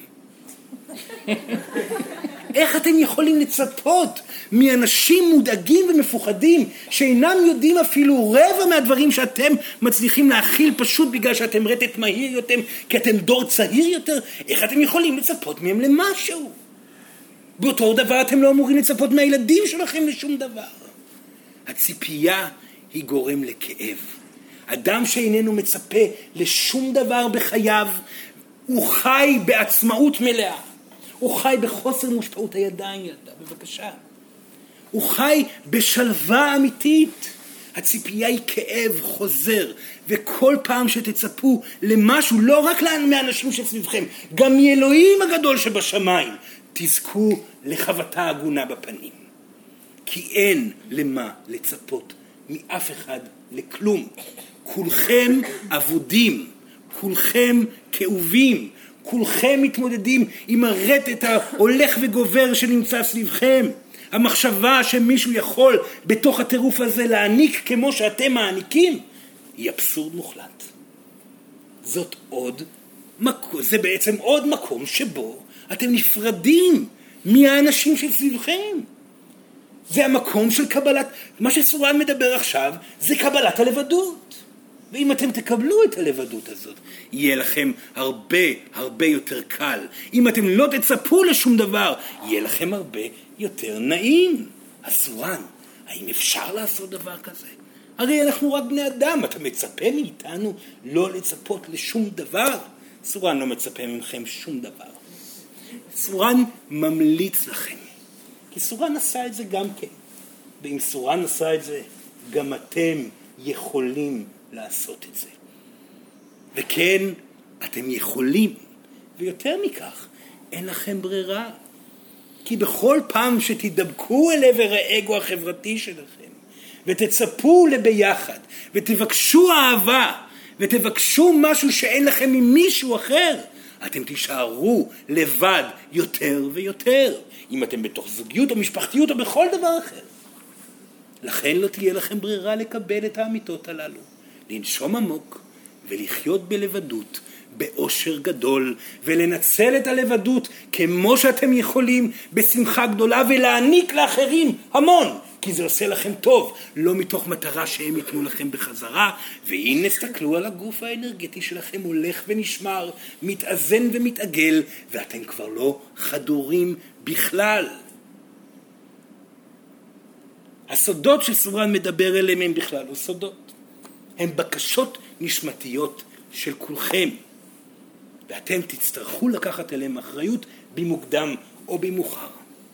איך אתם יכולים לצפות מאנשים מודאגים ומפוחדים, שאינם יודעים אפילו רבע מהדברים שאתם מצליחים להכיל, פשוט בגלל שאתם רטט מהיר יותר, כי אתם דור צעיר יותר? איך אתם יכולים לצפות מהם למשהו? באותו דבר אתם לא אמורים לצפות מהילדים שלכם לשום דבר. הציפייה היא גורם לכאב. אדם שאיננו מצפה לשום דבר בחייו, הוא חי בעצמאות מלאה. הוא חי בחוסר מושפעות. הידיים, ילדה, בבקשה. הוא חי בשלווה אמיתית. הציפייה היא כאב חוזר, וכל פעם שתצפו למשהו, לא רק מהאנשים שסביבכם, גם מאלוהים הגדול שבשמיים, תזכו לחבטה הגונה בפנים. כי אין למה לצפות מאף אחד לכלום. כולכם אבודים, כולכם כאובים, כולכם מתמודדים עם הרטט ההולך וגובר שנמצא סביבכם. המחשבה שמישהו יכול בתוך הטירוף הזה להעניק כמו שאתם מעניקים, היא אבסורד מוחלט. זה בעצם עוד מקום שבו אתם נפרדים מהאנשים שסביבכם. זה המקום של קבלת, מה שסורן מדבר עכשיו, זה קבלת הלבדות. ואם אתם תקבלו את הלבדות הזאת, יהיה לכם הרבה יותר קל. אם אתם לא תצפו לשום דבר, יהיה לכם הרבה יותר נעים. הסורן, האם אפשר לעשות דבר כזה? הרי אנחנו רק בני אדם, אתה מצפה מאיתנו לא לצפות לשום דבר? סורן לא מצפה ממכם שום דבר. סורן ממליץ לכם. כי סורן עשה את זה גם כן. ואם סורן עשה את זה, גם אתם יכולים לעשות את זה. וכן, אתם יכולים. ויותר מכך, אין לכם ברירה. כי בכל פעם שתדבקו אל עבר האגו החברתי שלכם, ותצפו לביחד, ותבקשו אהבה, ותבקשו משהו שאין לכם ממישהו אחר, אתם תישארו לבד יותר ויותר, אם אתם בתוך זוגיות או משפחתיות או בכל דבר אחר. לכן לא תהיה לכם ברירה לקבל את האמיתות הללו, לנשום עמוק ולחיות בלבדות, באושר גדול, ולנצל את הלבדות כמו שאתם יכולים בשמחה גדולה, ולהעניק לאחרים המון, כי זה עושה לכם טוב, לא מתוך מטרה שהם ייתנו לכם בחזרה. והנה תסתכלו על הגוף האנרגטי שלכם, הולך ונשמר, מתאזן ומתעגל, ואתם כבר לא חדורים בכלל. הסודות שסורן מדבר אליהם הם בכלל לא סודות, הם בקשות נשמתיות של כולכם, ואתם תצטרכו לקחת אליהם אחריות במוקדם או במאוחר.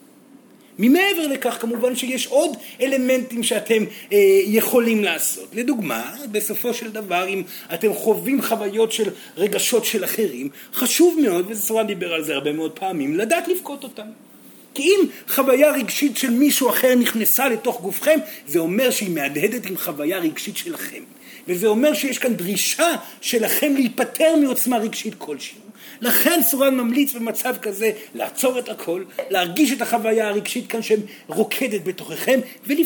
ממעבר לכך כמובן שיש עוד אלמנטים שאתם יכולים לעשות. לדוגמה, בסופו של דבר, אם אתם חווים חוויות של רגשות של אחרים, חשוב מאוד, וסורן דיבר על זה הרבה מאוד פעמים, לדעת לבכות אותם. כי אם חוויה רגשית של מישהו אחר נכנסה לתוך גופכם, זה אומר שהיא מהדהדת עם חוויה רגשית שלכם. וזה אומר שיש כאן דרישה שלכם להיפטר מעוצמה רגשית כלשהי. לכן סורן ממליץ במצב כזה לעצור את הכל, להרגיש את החוויה הרגשית כאן שרוקדת בתוככם,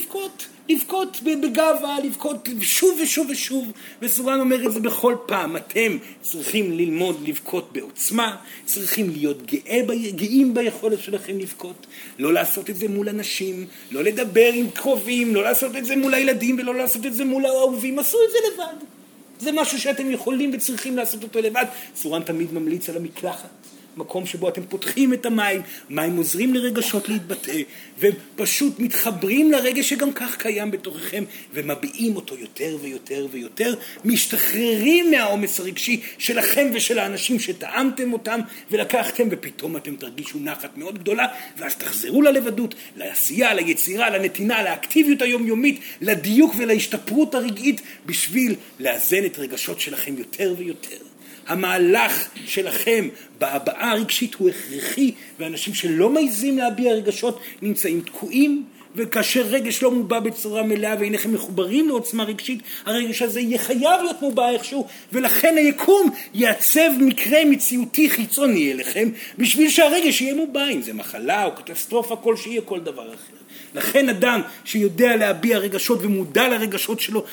לבכות בגאווה, לבכות שוב ושוב ושוב. וסורן אומר את זה בכל פעם. אתם צריכים ללמוד לבכות בעוצמה, צריכים להיות גאים ביכולת שלכם לבכות, לא לעשות את זה מול אנשים, לא לדבר עם קרובים, לא לעשות את זה מול הילדים ולא לעשות את זה מול האהובים. עשו את זה לבד. זה משהו שאתם יכולים וצריכים לעשות אותו לבד. סורן תמיד ממליץ על המקלחת, מקום שבו אתם פותחים את המים, מים עוזרים לרגשות להתבטא, ופשוט מתחברים לרגש שגם כך קיים בתוככם, ומביעים אותו יותר ויותר ויותר, משתחררים מהעומס הרגשי שלכם ושל האנשים שטעמתם אותם ולקחתם, ופתאום אתם תרגישו נחת מאוד גדולה, ואז תחזרו ללבדות, לעשייה, ליצירה, לנתינה, לאקטיביות היומיומית, לדיוק ולהשתפרות הרגעית, בשביל לאזן את רגשות שלכם יותר ויותר. המהלך שלכם בהבעה הרגשית הוא הכרחי, ואנשים שלא מעיזים להביע רגשות נמצאים תקועים, וכאשר רגש לא מובע בצורה מלאה ואינכם מחוברים לעוצמה רגשית, הרגש הזה יהיה חייב להיות מובע איכשהו, ולכן היקום יעצב מקרה מציאותי חיצוני אליכם, בשביל שהרגש יהיה מובע, אם זה מחלה או קטסטרופה כלשהי או כל דבר אחר. לכן אדם שיודע להביע רגשות ומודע לרגשות שלו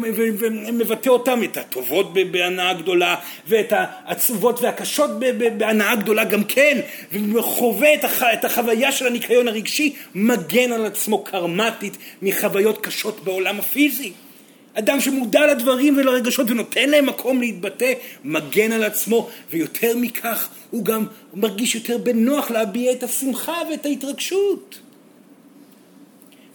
ומבטא אותם, את הטובות בהנאה גדולה ואת העצובות והקשות בהנאה גדולה גם כן, וחווה את החוויה של הניקיון הרגשי, מגן על עצמו קרמטית מחוויות קשות בעולם הפיזי. אדם שמודע לדברים ולרגשות ונותן להם מקום להתבטא, מגן על עצמו, ויותר מכך הוא גם מרגיש יותר בנוח להביע את השמחה ואת ההתרגשות.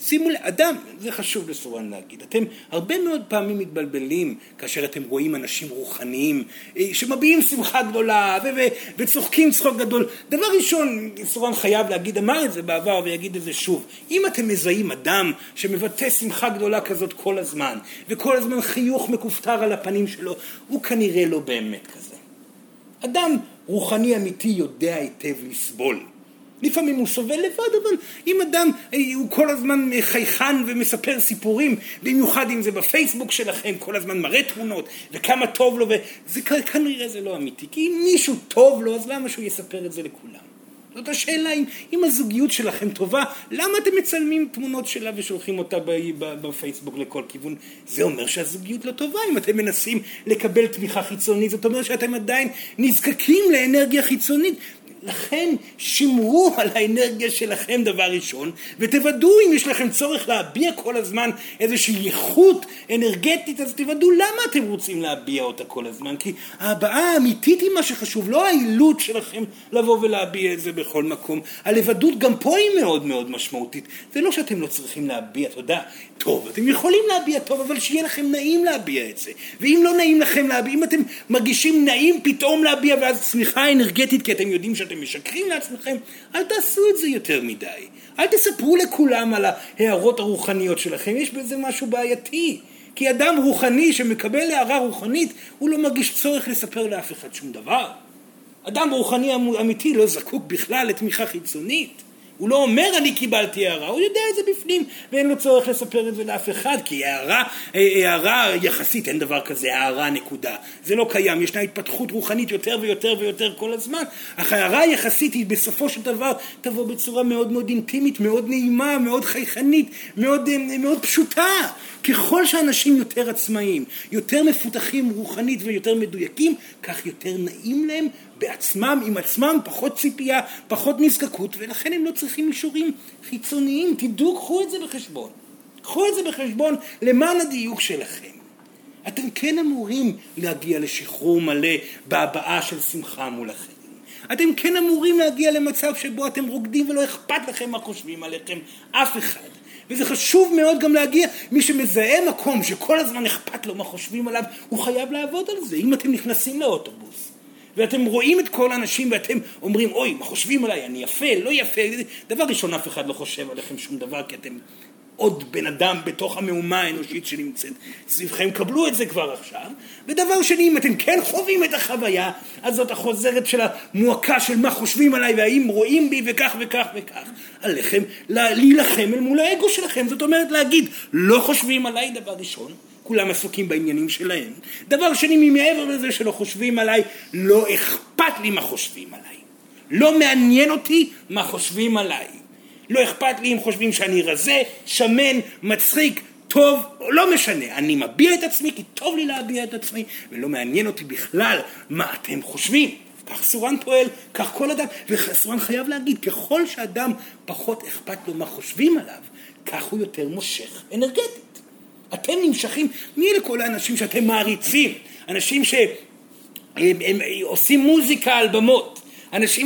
שימו לאדם, זה חשוב לסורן להגיד, אתם הרבה מאוד פעמים מתבלבלים כאשר אתם רואים אנשים רוחניים שמביעים שמחה גדולה וצוחקים צחוק גדול. דבר ראשון, סורן חייב להגיד, אמר את זה בעבר ויגיד את זה שוב, אם אתם מזהים אדם שמבטא שמחה גדולה כזאת כל הזמן, וכל הזמן חיוך מכופתר על הפנים שלו, הוא כנראה לא באמת כזה. אדם רוחני אמיתי יודע היטב לסבול. לפעמים הוא סובל לבד, אבל אם אדם הוא כל הזמן חייכן ומספר סיפורים, במיוחד אם זה בפייסבוק שלכם, כל הזמן מראה תמונות, וכמה טוב לו, וזה כנראה זה לא אמיתי, כי אם מישהו טוב לו, אז למה שהוא יספר את זה לכולם? זאת השאלה, אם הזוגיות שלכם טובה, למה אתם מצלמים תמונות שלה ושולחים אותה בפייסבוק לכל כיוון? זה אומר שהזוגיות לא טובה. אם אתם מנסים לקבל תמיכה חיצונית, זאת אומרת שאתם עדיין נזקקים לאנרגיה חיצונית. לכן שמרו על האנרגיה שלכם דבר ראשון, ותוודאו אם יש לכם צורך להביע כל הזמן איזושהי איכות אנרגטית, אז תוודאו למה אתם רוצים להביע אותה כל הזמן, כי ההבעה האמיתית היא מה שחשוב, לא העילות שלכם לבוא ולהביע את זה בכל מקום. הלבדות גם פה היא מאוד מאוד משמעותית. זה לא שאתם לא צריכים להביע תודה טוב, אתם יכולים להביע טוב, אבל שיהיה לכם נעים להביע את זה. ואם לא נעים לכם להביע, אם אתם מרגישים נעים פתאום להביע ואז צמיחה אנרגטית כי אתם יודעים שאתם משקרים לעצמכם, אל תעשו את זה יותר מדי. אל תספרו לכולם על ההערות הרוחניות שלכם, יש בזה משהו בעייתי. כי אדם רוחני שמקבל הערה רוחנית, הוא לא מרגיש צורך לספר לאף אחד שום דבר. אדם רוחני אמיתי לא זקוק בכלל לתמיכה חיצונית. הוא לא אומר אני קיבלתי הערה, הוא יודע את זה בפנים, ואין לו צורך לספר את זה לאף אחד, כי הערה יחסית, אין דבר כזה, הערה נקודה. זה לא קיים, ישנה התפתחות רוחנית יותר ויותר ויותר כל הזמן, אך הערה יחסית היא בסופו של דבר תבוא בצורה מאוד מאוד אינטימית, מאוד נעימה, מאוד חייכנית, מאוד פשוטה. ככל שאנשים יותר עצמאיים, יותר מפותחים רוחנית ויותר מדויקים, כך יותר נעים להם בעצמם, עם עצמם, פחות ציפייה, פחות נזקקות, ולכן הם לא צריכים אישורים חיצוניים. תדעו, קחו את זה בחשבון. קחו את זה בחשבון למען הדיוק שלכם. אתם כן אמורים להגיע לשחרור מלא בהבעה של שמחה מול אחרים. אתם כן אמורים להגיע למצב שבו אתם רוקדים ולא אכפת לכם מה חושבים עליכם, אף אחד. וזה חשוב מאוד גם להגיע, מי שמזהה מקום שכל הזמן אכפת לו מה חושבים עליו, הוא חייב לעבוד על זה. אם אתם נכנסים לאוטובוס, ואתם רואים את כל האנשים ואתם אומרים, אוי, מה חושבים עליי, אני יפה, לא יפה, דבר ראשון, אף אחד לא חושב עליכם שום דבר, כי אתם עוד בן אדם בתוך המהומה האנושית שנמצאת סביבכם, קבלו את זה כבר עכשיו. ודבר שני, אם אתם כן חווים את החוויה, אז זאת החוזרת של המועקה של מה חושבים עליי, והאם רואים בי וכך וכך וכך, עליכם להילחם אל מול האגו שלכם. זאת אומרת להגיד, לא חושבים עליי, דבר ראשון, כולם עסוקים בעניינים שלהם. דבר שני, ממעבר לזה שלא חושבים עליי, לא אכפת לי מה חושבים עליי. לא מעניין אותי מה חושבים עליי. לא אכפת לי אם חושבים שאני רזה, שמן, מצחיק, טוב, לא משנה. אני מביע את עצמי כי טוב לי להביע את עצמי, ולא מעניין אותי בכלל מה אתם חושבים. כך סורן פועל, כך כל אדם, וסורן חייב להגיד, ככל שאדם פחות אכפת לו מה חושבים עליו, כך הוא יותר מושך אנרגטית. אתם נמשכים, מי אלה כל האנשים שאתם מעריצים? אנשים שעושים מוזיקה על במות, אנשים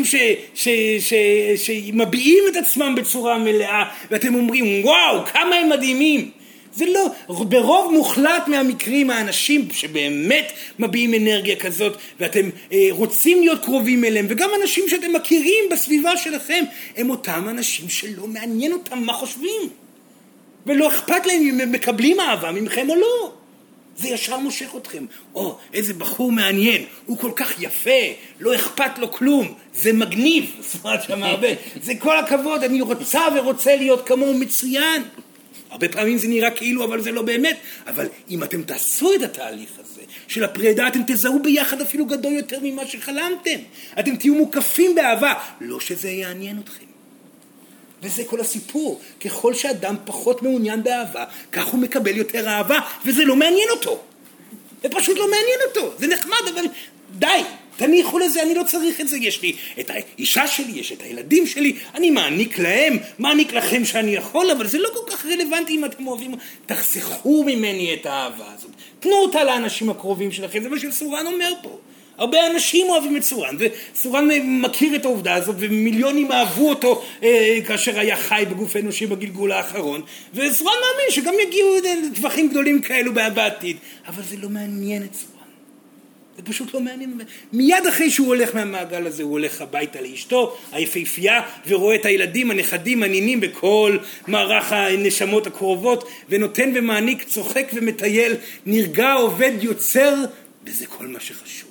שמביעים את עצמם בצורה מלאה, ואתם אומרים, וואו, כמה הם מדהימים. זה לא, ברוב מוחלט מהמקרים האנשים שבאמת מביעים אנרגיה כזאת, ואתם רוצים להיות קרובים אליהם, וגם אנשים שאתם מכירים בסביבה שלכם, הם אותם אנשים שלא מעניין אותם מה חושבים. ולא אכפת להם אם הם מקבלים אהבה ממכם או לא. זה ישר מושך אתכם. או, איזה בחור מעניין, הוא כל כך יפה, לא אכפת לו כלום, זה מגניב, זאת אומרת שם הרבה, זה כל הכבוד, אני רוצה להיות כמוהו מצוין. הרבה פעמים זה נראה כאילו, אבל זה לא באמת. אבל אם אתם תעשו את התהליך הזה של הפרידה, אתם תזהו ביחד אפילו גדול יותר ממה שחלמתם. אתם תהיו מוקפים באהבה, לא שזה יעניין אתכם. וזה כל הסיפור. ככל שאדם פחות מעוניין באהבה, כך הוא מקבל יותר אהבה, וזה לא מעניין אותו. זה פשוט לא מעניין אותו. זה נחמד, אבל די, תניחו לזה, אני לא צריך את זה. יש לי את האישה שלי, יש את הילדים שלי, אני מעניק להם, מעניק לכם שאני יכול, אבל זה לא כל כך רלוונטי אם אתם אוהבים. תחסכו ממני את האהבה הזאת. תנו אותה לאנשים הקרובים שלכם, זה מה שסורן אומר פה. הרבה אנשים אוהבים את סורן, וסורן מכיר את העובדה הזאת, ומיליונים אהבו אותו כאשר היה חי בגוף האנושי בגלגול האחרון, וסורן מאמין שגם יגיעו לטווחים גדולים כאלו בעתיד, אבל זה לא מעניין את סורן. זה פשוט לא מעניין. מיד אחרי שהוא הולך מהמעגל הזה, הוא הולך הביתה לאשתו, היפהפייה, ורואה את הילדים, הנכדים, הנינים בכל מערך הנשמות הקרובות, ונותן ומעניק, צוחק ומטייל, נרגע, עובד, יוצר, וזה כל מה שחשוב.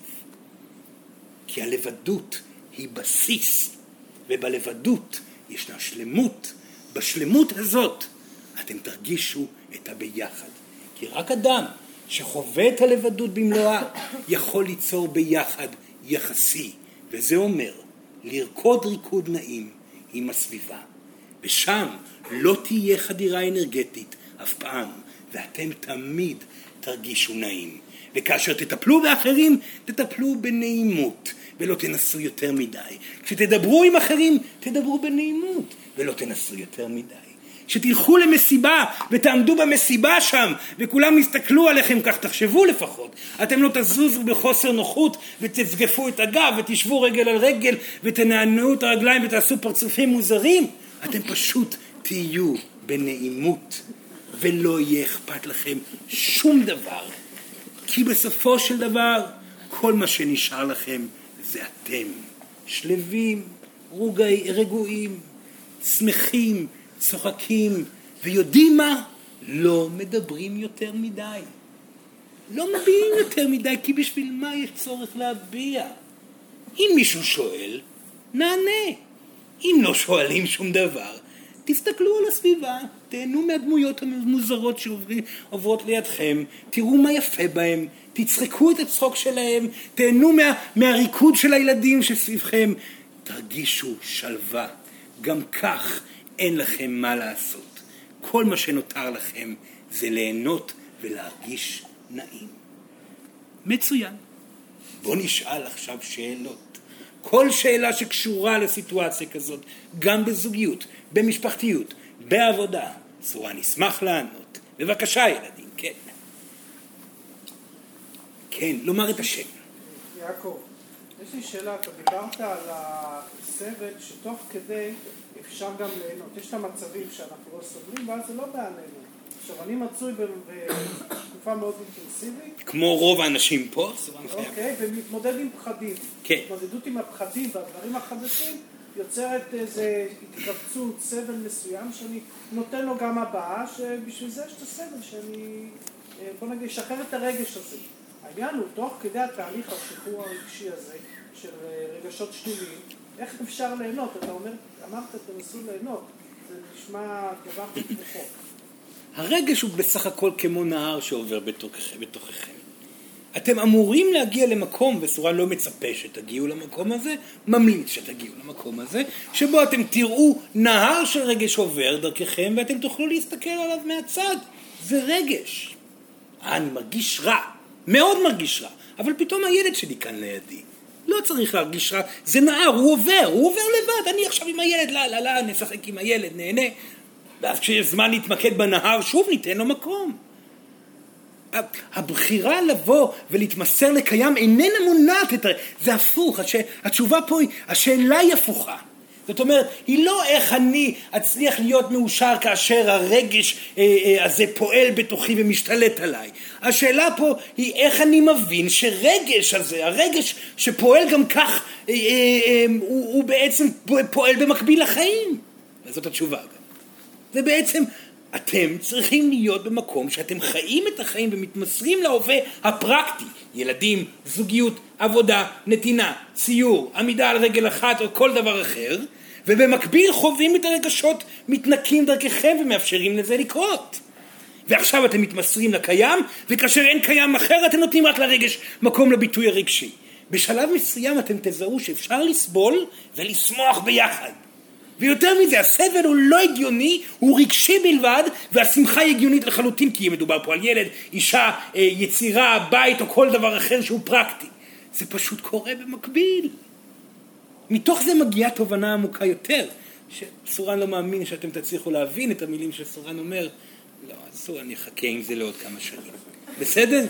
כי הלבדות היא בסיס, ובלבדות ישנה שלמות. בשלמות הזאת אתם תרגישו את הביחד. כי רק אדם שחווה את הלבדות במלואה יכול ליצור ביחד יחסי, וזה אומר לרקוד ריקוד נעים עם הסביבה, ושם לא תהיה חדירה אנרגטית אף פעם, ואתם תמיד תרגישו נעים. וכאשר תטפלו באחרים, תטפלו בנעימות, ולא תנסו יותר מדי. כשתדברו עם אחרים, תדברו בנעימות, ולא תנסו יותר מדי. שתלכו למסיבה ותעמדו במסיבה שם וכולם יסתכלו עליכם, כך תחשבו לפחות. אתם לא תזוזו בחוסר נוחות ותצגפו את הגב ותשבו רגל על רגל ותנענעו את הרגליים ותעשו פרצופים מוזרים. אתם פשוט תהיו בנעימות ולא יהיה אכפת לכם שום דבר, כי בסופו של דבר כל מה שנשאר לכם זה אתם, שלווים, רגועים, שמחים, צוחקים, ויודעים מה? לא מדברים יותר מדי. לא מביעים יותר מדי, כי בשביל מה יש צורך להביע? אם מישהו שואל, נענה. אם לא שואלים שום דבר, תסתכלו על הסביבה, תהנו מהדמויות המוזרות שעוברות לידכם, תראו מה יפה בהם, תצחקו את הצחוק שלהם, תהנו מהריקוד של הילדים שסביבכם, תרגישו שלווה. גם כך אין לכם מה לעשות. כל מה שנותר לכם זה ליהנות ולהרגיש נעים. מצוין. בוא נשאל עכשיו שאלות. כל שאלה שקשורה לסיטואציה כזאת, גם בזוגיות, במשפחתיות, בעבודה, סורן נשמח לענות. בבקשה ילדים, כן. כן, לומר את השם. יעקב, יש לי שאלה, אתה דיברת על הסבל שתוך כדי אפשר גם ליהנות. יש את המצבים שאנחנו לא סובלים, ואז זה לא בעלינו. עכשיו, אני מצוי בתקופה מאוד אינטנסיבית. כמו רוב האנשים פה. אוקיי, ומתמודד עם פחדים. כן. התמודדות עם הפחדים והדברים החדשים יוצרת איזו התכווצות, סבל מסוים, שאני נותן לו גם הבאה, שבשביל זה יש את הסבל שאני, בוא נגיד, שחרר את הרגש הזה. העניין הוא, תוך כדי התהליך השחרור הרגשי הזה, של רגשות שליליים, איך אפשר ליהנות? אתה אמרת, תנסו ליהנות. זה נשמע דבר בתוכו. הרגש הוא בסך הכל כמו נהר שעובר בתוככם. אתם אמורים להגיע למקום, וסורן לא מצפה שתגיעו למקום הזה, ממליץ שתגיעו למקום הזה, שבו אתם תראו נהר של רגש עובר דרככם, ואתם תוכלו להסתכל עליו מהצד. זה רגש. אני מרגיש רע, מאוד מרגיש רע, אבל פתאום הילד שלי כאן לידי. לא צריך להרגיש רע, זה נהר, הוא עובר לבד, אני עכשיו עם הילד, לא, נשחק עם הילד, נהנה, ואז כשיש זמן להתמקד בנהר, שוב ניתן לו מקום. הבחירה לבוא ולהתמסר לקיים איננה מונעת, זה הפוך, התשובה פה היא, השאלה היא הפוכה. זאת אומרת, היא לא איך אני אצליח להיות מאושר כאשר הרגש הזה פועל בתוכי ומשתלט עליי. השאלה פה היא איך אני מבין שרגש הזה, הרגש שפועל גם כך, הוא בעצם פועל במקביל לחיים. וזאת התשובה גם. זה בעצם, אתם צריכים להיות במקום שאתם חיים את החיים ומתמסרים להווה הפרקטי. ילדים, זוגיות, עבודה, נתינה, ציור, עמידה על רגל אחת או כל דבר אחר, ובמקביל חווים את הרגשות, מתנקים דרככם ומאפשרים לזה לקרות. ועכשיו אתם מתמסרים לקיים, וכאשר אין קיים אחר אתם נותנים רק לרגש מקום לביטוי הרגשי. בשלב מסוים אתם תזהו שאפשר לסבול ולשמוח ביחד. ויותר מזה, הסבל הוא לא הגיוני, הוא רגשי בלבד, והשמחה היא הגיונית לחלוטין, כי מדובר פה על ילד, אישה, יצירה, בית או כל דבר אחר שהוא פרקטי. זה פשוט קורה במקביל. מתוך זה מגיעה תובנה עמוקה יותר, שסורן לא מאמין שאתם תצליחו להבין את המילים שסורן אומר, לא, אז סורן יחכה עם זה לעוד כמה שנים. בסדר?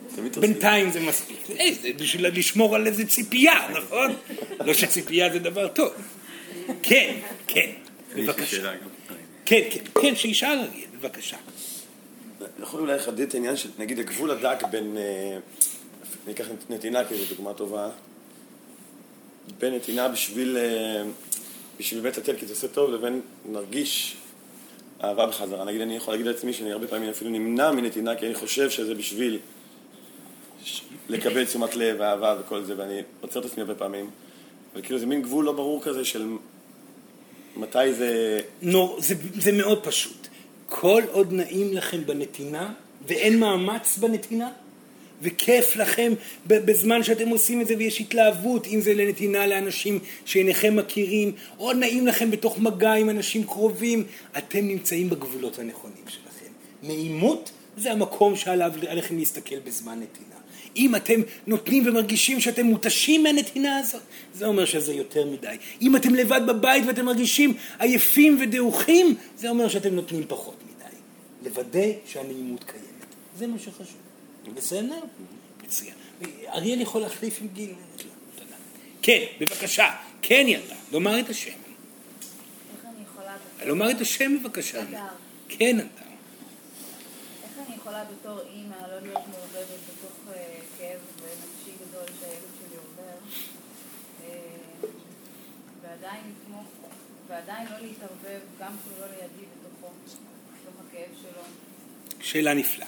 בינתיים זה מספיק. זה בשביל לשמור על איזה ציפייה, נכון? לא שציפייה זה דבר טוב. כן, כן, בבקשה. כן, כן, כן, שישאל אריאל, בבקשה. אני יכול אולי לחדד את העניין של, נגיד, הגבול הדק בין, ניקח נתינה כזו, דוגמה טובה, בין נתינה בשביל באמת לתת כי זה עושה טוב, לבין נרגיש אהבה בחזרה. נגיד, אני יכול להגיד לעצמי שאני הרבה פעמים אפילו נמנע מנתינה, כי אני חושב שזה בשביל לקבל תשומת לב, אהבה וכל זה, ואני עוצר את עצמי הרבה פעמים. אבל כאילו זה מין גבול לא ברור כזה של מתי זה... זה מאוד פשוט. כל עוד נעים לכם בנתינה, ואין מאמץ בנתינה, וכיף לכם בזמן שאתם עושים את זה, ויש התלהבות, אם זה לנתינה לאנשים שאינכם מכירים, או נעים לכם בתוך מגע עם אנשים קרובים, אתם נמצאים בגבולות הנכונים שלכם. נעימות זה המקום שעליו עליכם להסתכל בזמן נתינה. אם אתם נותנים ומרגישים שאתם מותשים מהנתינה הזאת, זה אומר שזה יותר מדי. אם אתם לבד בבית ואתם מרגישים עייפים ודעוכים, זה אומר שאתם נותנים פחות מדי. לוודא שהנעימות קיימת. זה מה שחשוב. בסדר? מצוין. אריאל יכול להחליף עם גיל. כן, בבקשה. כן, ילדה. לומר את השם. איך אני יכולה... לומר את השם בבקשה. אדר. כן, אדר. איך אני יכולה בתור אימא לא להיות מעורבבת בתוך כאב ונפשי גדול שהילד שלי עובר, ועדיין לתמוך, ועדיין לא להתערבב, גם שהוא לא לידי בתוך הכאב שלו? שאלה נפלאה.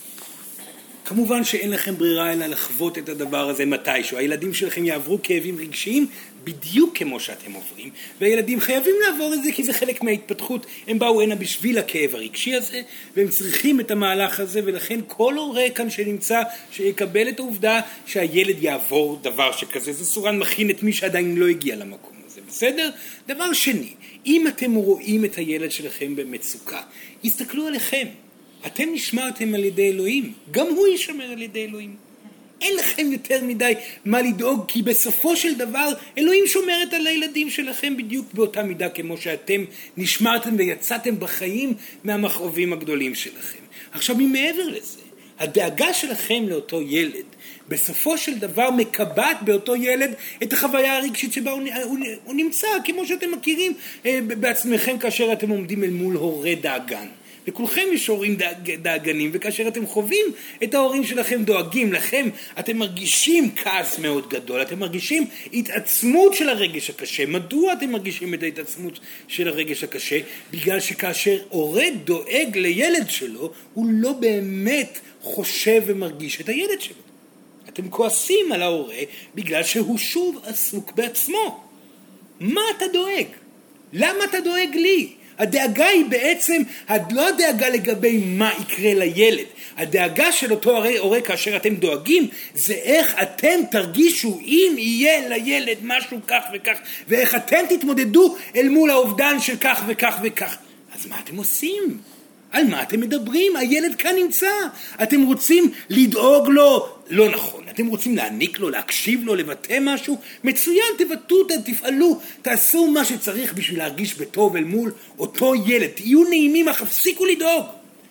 כמובן שאין לכם ברירה אלא לחוות את הדבר הזה מתישהו. הילדים שלכם יעברו כאבים רגשיים בדיוק כמו שאתם עוברים, והילדים חייבים לעבור את זה כי זה חלק מההתפתחות. הם באו הנה בשביל הכאב הרגשי הזה, והם צריכים את המהלך הזה, ולכן כל הורה כאן שנמצא שיקבל את העובדה שהילד יעבור דבר שכזה. זה סורן מכין את מי שעדיין לא הגיע למקום הזה, בסדר? דבר שני, אם אתם רואים את הילד שלכם במצוקה, הסתכלו עליכם. אתם נשמרתם על ידי אלוהים, גם הוא ישמר על ידי אלוהים. אין לכם יותר מדי מה לדאוג, כי בסופו של דבר אלוהים שומרת על הילדים שלכם בדיוק באותה מידה כמו שאתם נשמרתם ויצאתם בחיים מהמכאובים הגדולים שלכם. עכשיו, ממעבר לזה, הדאגה שלכם לאותו ילד, בסופו של דבר מקבעת באותו ילד את החוויה הרגשית שבה הוא נמצא, כמו שאתם מכירים בעצמכם כאשר אתם עומדים אל מול הורה דאגן. לכולכם יש הורים דאגנים, וכאשר אתם חווים את ההורים שלכם דואגים לכם, אתם מרגישים כעס מאוד גדול, אתם מרגישים התעצמות של הרגש הקשה. מדוע אתם מרגישים את ההתעצמות של הרגש הקשה? בגלל שכאשר הורה דואג לילד שלו, הוא לא באמת חושב ומרגיש את הילד שלו. אתם כועסים על ההורה בגלל שהוא שוב עסוק בעצמו. מה אתה דואג? למה אתה דואג לי? הדאגה היא בעצם לא הדאגה לגבי מה יקרה לילד. הדאגה של אותו הורה כאשר אתם דואגים זה איך אתם תרגישו אם יהיה לילד משהו כך וכך, ואיך אתם תתמודדו אל מול האובדן של כך וכך וכך. אז מה אתם עושים? על מה אתם מדברים? הילד כאן נמצא. אתם רוצים לדאוג לו? לא נכון. אתם רוצים להעניק לו, להקשיב לו, לבטא משהו? מצוין, תבטאו, תפעלו, תעשו מה שצריך בשביל להרגיש בטוב אל מול אותו ילד. תהיו נעימים, הפסיקו לדאוג.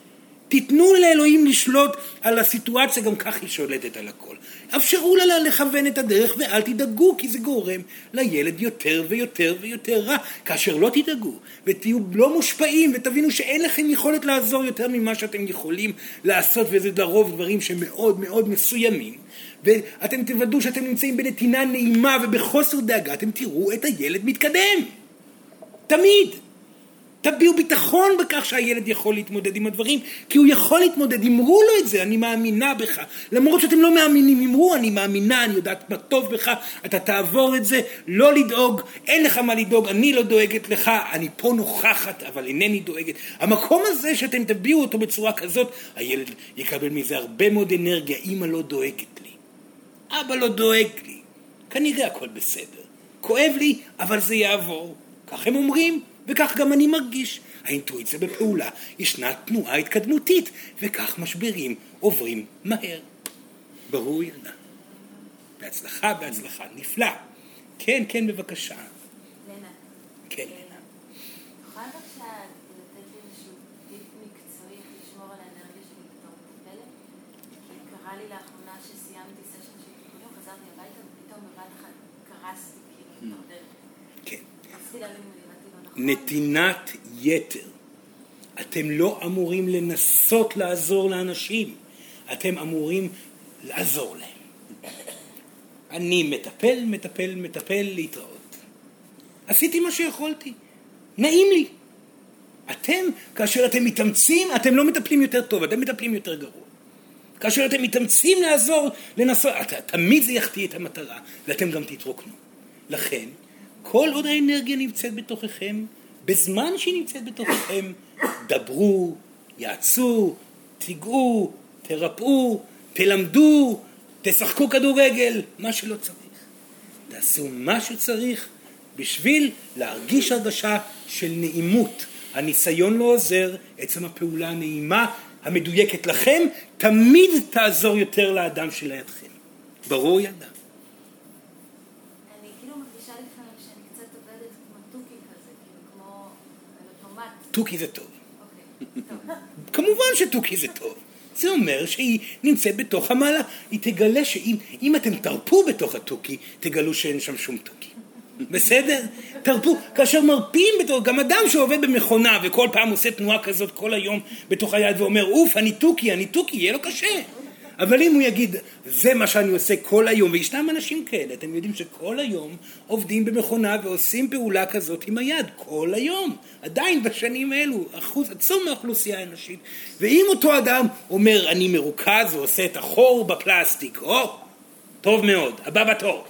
תיתנו לאלוהים לשלוט על הסיטואציה, גם כך היא שולטת על הכל. אפשרו לה לכוון את הדרך ואל תדאגו, כי זה גורם לילד יותר ויותר ויותר רע. כאשר לא תדאגו ותהיו לא מושפעים ותבינו שאין לכם יכולת לעזור יותר ממה שאתם יכולים לעשות, וזה לרוב דברים שמאוד מאוד מסוימים, ואתם תוודאו שאתם נמצאים בנתינה נעימה ובחוסר דאגה, אתם תראו את הילד מתקדם. תמיד. תביאו ביטחון בכך שהילד יכול להתמודד עם הדברים, כי הוא יכול להתמודד. אמרו לו את זה, אני מאמינה בך. למרות שאתם לא מאמינים, אמרו, אני מאמינה, אני יודעת מה טוב בך, אתה תעבור את זה, לא לדאוג, אין לך מה לדאוג, אני לא דואגת לך, אני פה נוכחת, אבל אינני דואגת. המקום הזה שאתם תביאו אותו בצורה כזאת, הילד יקבל מזה הרבה מאוד אנרגיה. אמא לא דואגת לי, אבא לא דואג לי, כנראה הכל בסדר. כואב לי, אבל זה יעבור. כך הם אומרים, וכך גם אני מרגיש. האינטואיציה בפעולה ישנה תנועה התקדמותית, וכך משברים עוברים מהר. ברור ילדה. בהצלחה, בהצלחה. נפלא. כן, כן, בבקשה. לנה. כן. תוכל בבקשה לתת לי איזשהו טיפ מקצועי איך לשמור על האנרגיה שלי בתור מטפלת? כי קרה לי לאחרונה שסיימתי סשן של טיפולים, חזרתי הביתה ופתאום בבת אחת קרסתי, כאילו, מתערדרת. כן. עשיתי ללימודים, לא נכון. נתינת יתר. אתם לא אמורים לנסות לעזור לאנשים. אתם אמורים לעזור להם. אני מטפל, להתראות. עשיתי מה שיכולתי. נעים לי. אתם, כאשר אתם מתאמצים, אתם לא מטפלים יותר טוב, אתם מטפלים יותר גרוע. כאשר אתם מתאמצים לעזור, לנסות, תמיד זה יחטיא את המטרה, ואתם גם תתרוקנו. לכן, כל עוד האנרגיה נמצאת בתוככם, בזמן שהיא נמצאת בתוככם, דברו, יעצו, תיגעו, תרפאו, תלמדו, תשחקו כדורגל, מה שלא צריך. תעשו מה שצריך בשביל להרגיש הרגשה של נעימות. הניסיון לא עוזר, עצם הפעולה הנעימה המדויקת לכם, תמיד תעזור יותר לאדם שלידכם. ברור ילדה? אני כאילו מרגישה לפעמים שאני קצת עובדת כמו תוכי כזה, כאילו כמו אוטומט. תוכי זה טוב. אוקיי, טוב. כמובן שתוכי זה טוב. זה אומר שהיא נמצאת בתוך המעלה. היא תגלה שאם אתם תרפו בתוך התוכי, תגלו שאין שם שום תוכי. בסדר? תרפו. כאשר מרפים בתוך, גם אדם שעובד במכונה וכל פעם עושה תנועה כזאת כל היום בתוך היד ואומר, אוף, אני תוכי, יהיה לו קשה. אבל אם הוא יגיד, זה מה שאני עושה כל היום, וישנם אנשים כאלה, אתם יודעים שכל היום עובדים במכונה ועושים פעולה כזאת עם היד, כל היום. עדיין בשנים האלו, אחוז עצום מהאוכלוסייה האנושית. ואם אותו אדם אומר, אני מרוכז ועושה את החור בפלסטיק, טוב מאוד, הבא בתור.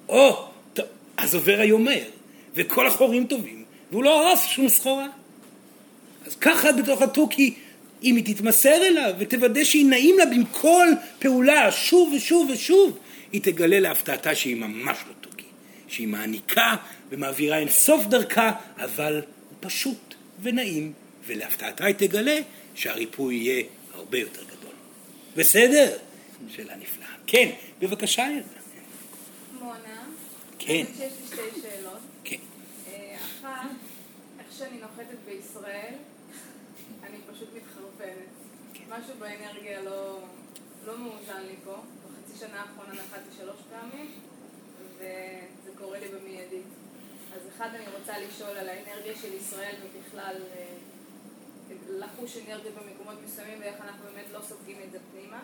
אז עובר היום מהר, וכל החורים טובים, והוא לא הרס שום סחורה. אז ככה בתוך התוכי, אם היא תתמסר אליו ותוודא שהיא נעים לה בכל פעולה, שוב ושוב ושוב, היא תגלה להפתעתה שהיא ממש לא תוכי. שהיא מעניקה ומעבירה אין סוף דרכה, אבל הוא פשוט ונעים, ולהפתעתה היא תגלה שהריפוי יהיה הרבה יותר גדול. בסדר? שאלה נפלאה. כן, בבקשה ילדה. מונה. כן. יש לי שתי שאלות. כן. אחת, איך שאני נוחתת בישראל, אני פשוט מתחרפנת. משהו באנרגיה לא מאוזן לי פה. בחצי שנה האחרונה נחתי 3 פעמים, וזה קורה לי במיידית. אז אחד, אני רוצה לשאול על האנרגיה של ישראל ובכלל לחוש אנרגיה במקומות מסוימים ואיך אנחנו באמת לא סופגים את זה פנימה.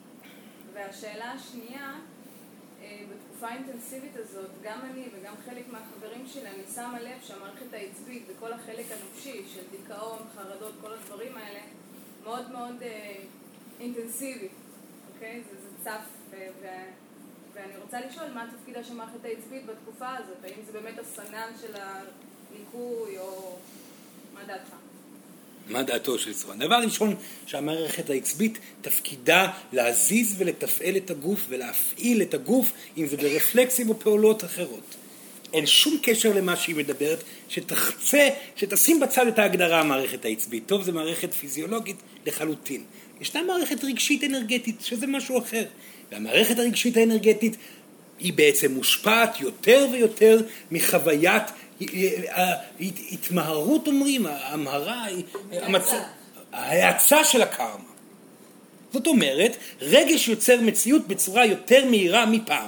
והשאלה השנייה, בתקופה האינטנסיבית הזאת, גם אני וגם חלק מהחברים שלי, אני שמה לב שהמערכת העצבית וכל החלק הנפשי של דיכאון, חרדות, כל הדברים האלה, מאוד מאוד אינטנסיבי, אוקיי? זה צף, ואני רוצה לשאול מה תפקידה של מערכת העצבית בתקופה הזאת, האם זה באמת הסנן של הניקוי או מה דעתך? מה דעתו של סורן? דבר ראשון, שהמערכת העצבית תפקידה להזיז ולתפעל את הגוף ולהפעיל את הגוף, אם זה ברפלקסים או פעולות אחרות. אין שום קשר למה שהיא מדברת, שתשים בצד את ההגדרה המערכת העצבית. טוב, זה מערכת פיזיולוגית לחלוטין. ישנה מערכת רגשית אנרגטית, שזה משהו אחר. והמערכת הרגשית האנרגטית היא בעצם מושפעת יותר ויותר מחוויית התמהרות, אומרים, המהרה, ההאצה של הקרמה. זאת אומרת, רגש יוצר מציאות בצורה יותר מהירה מפעם.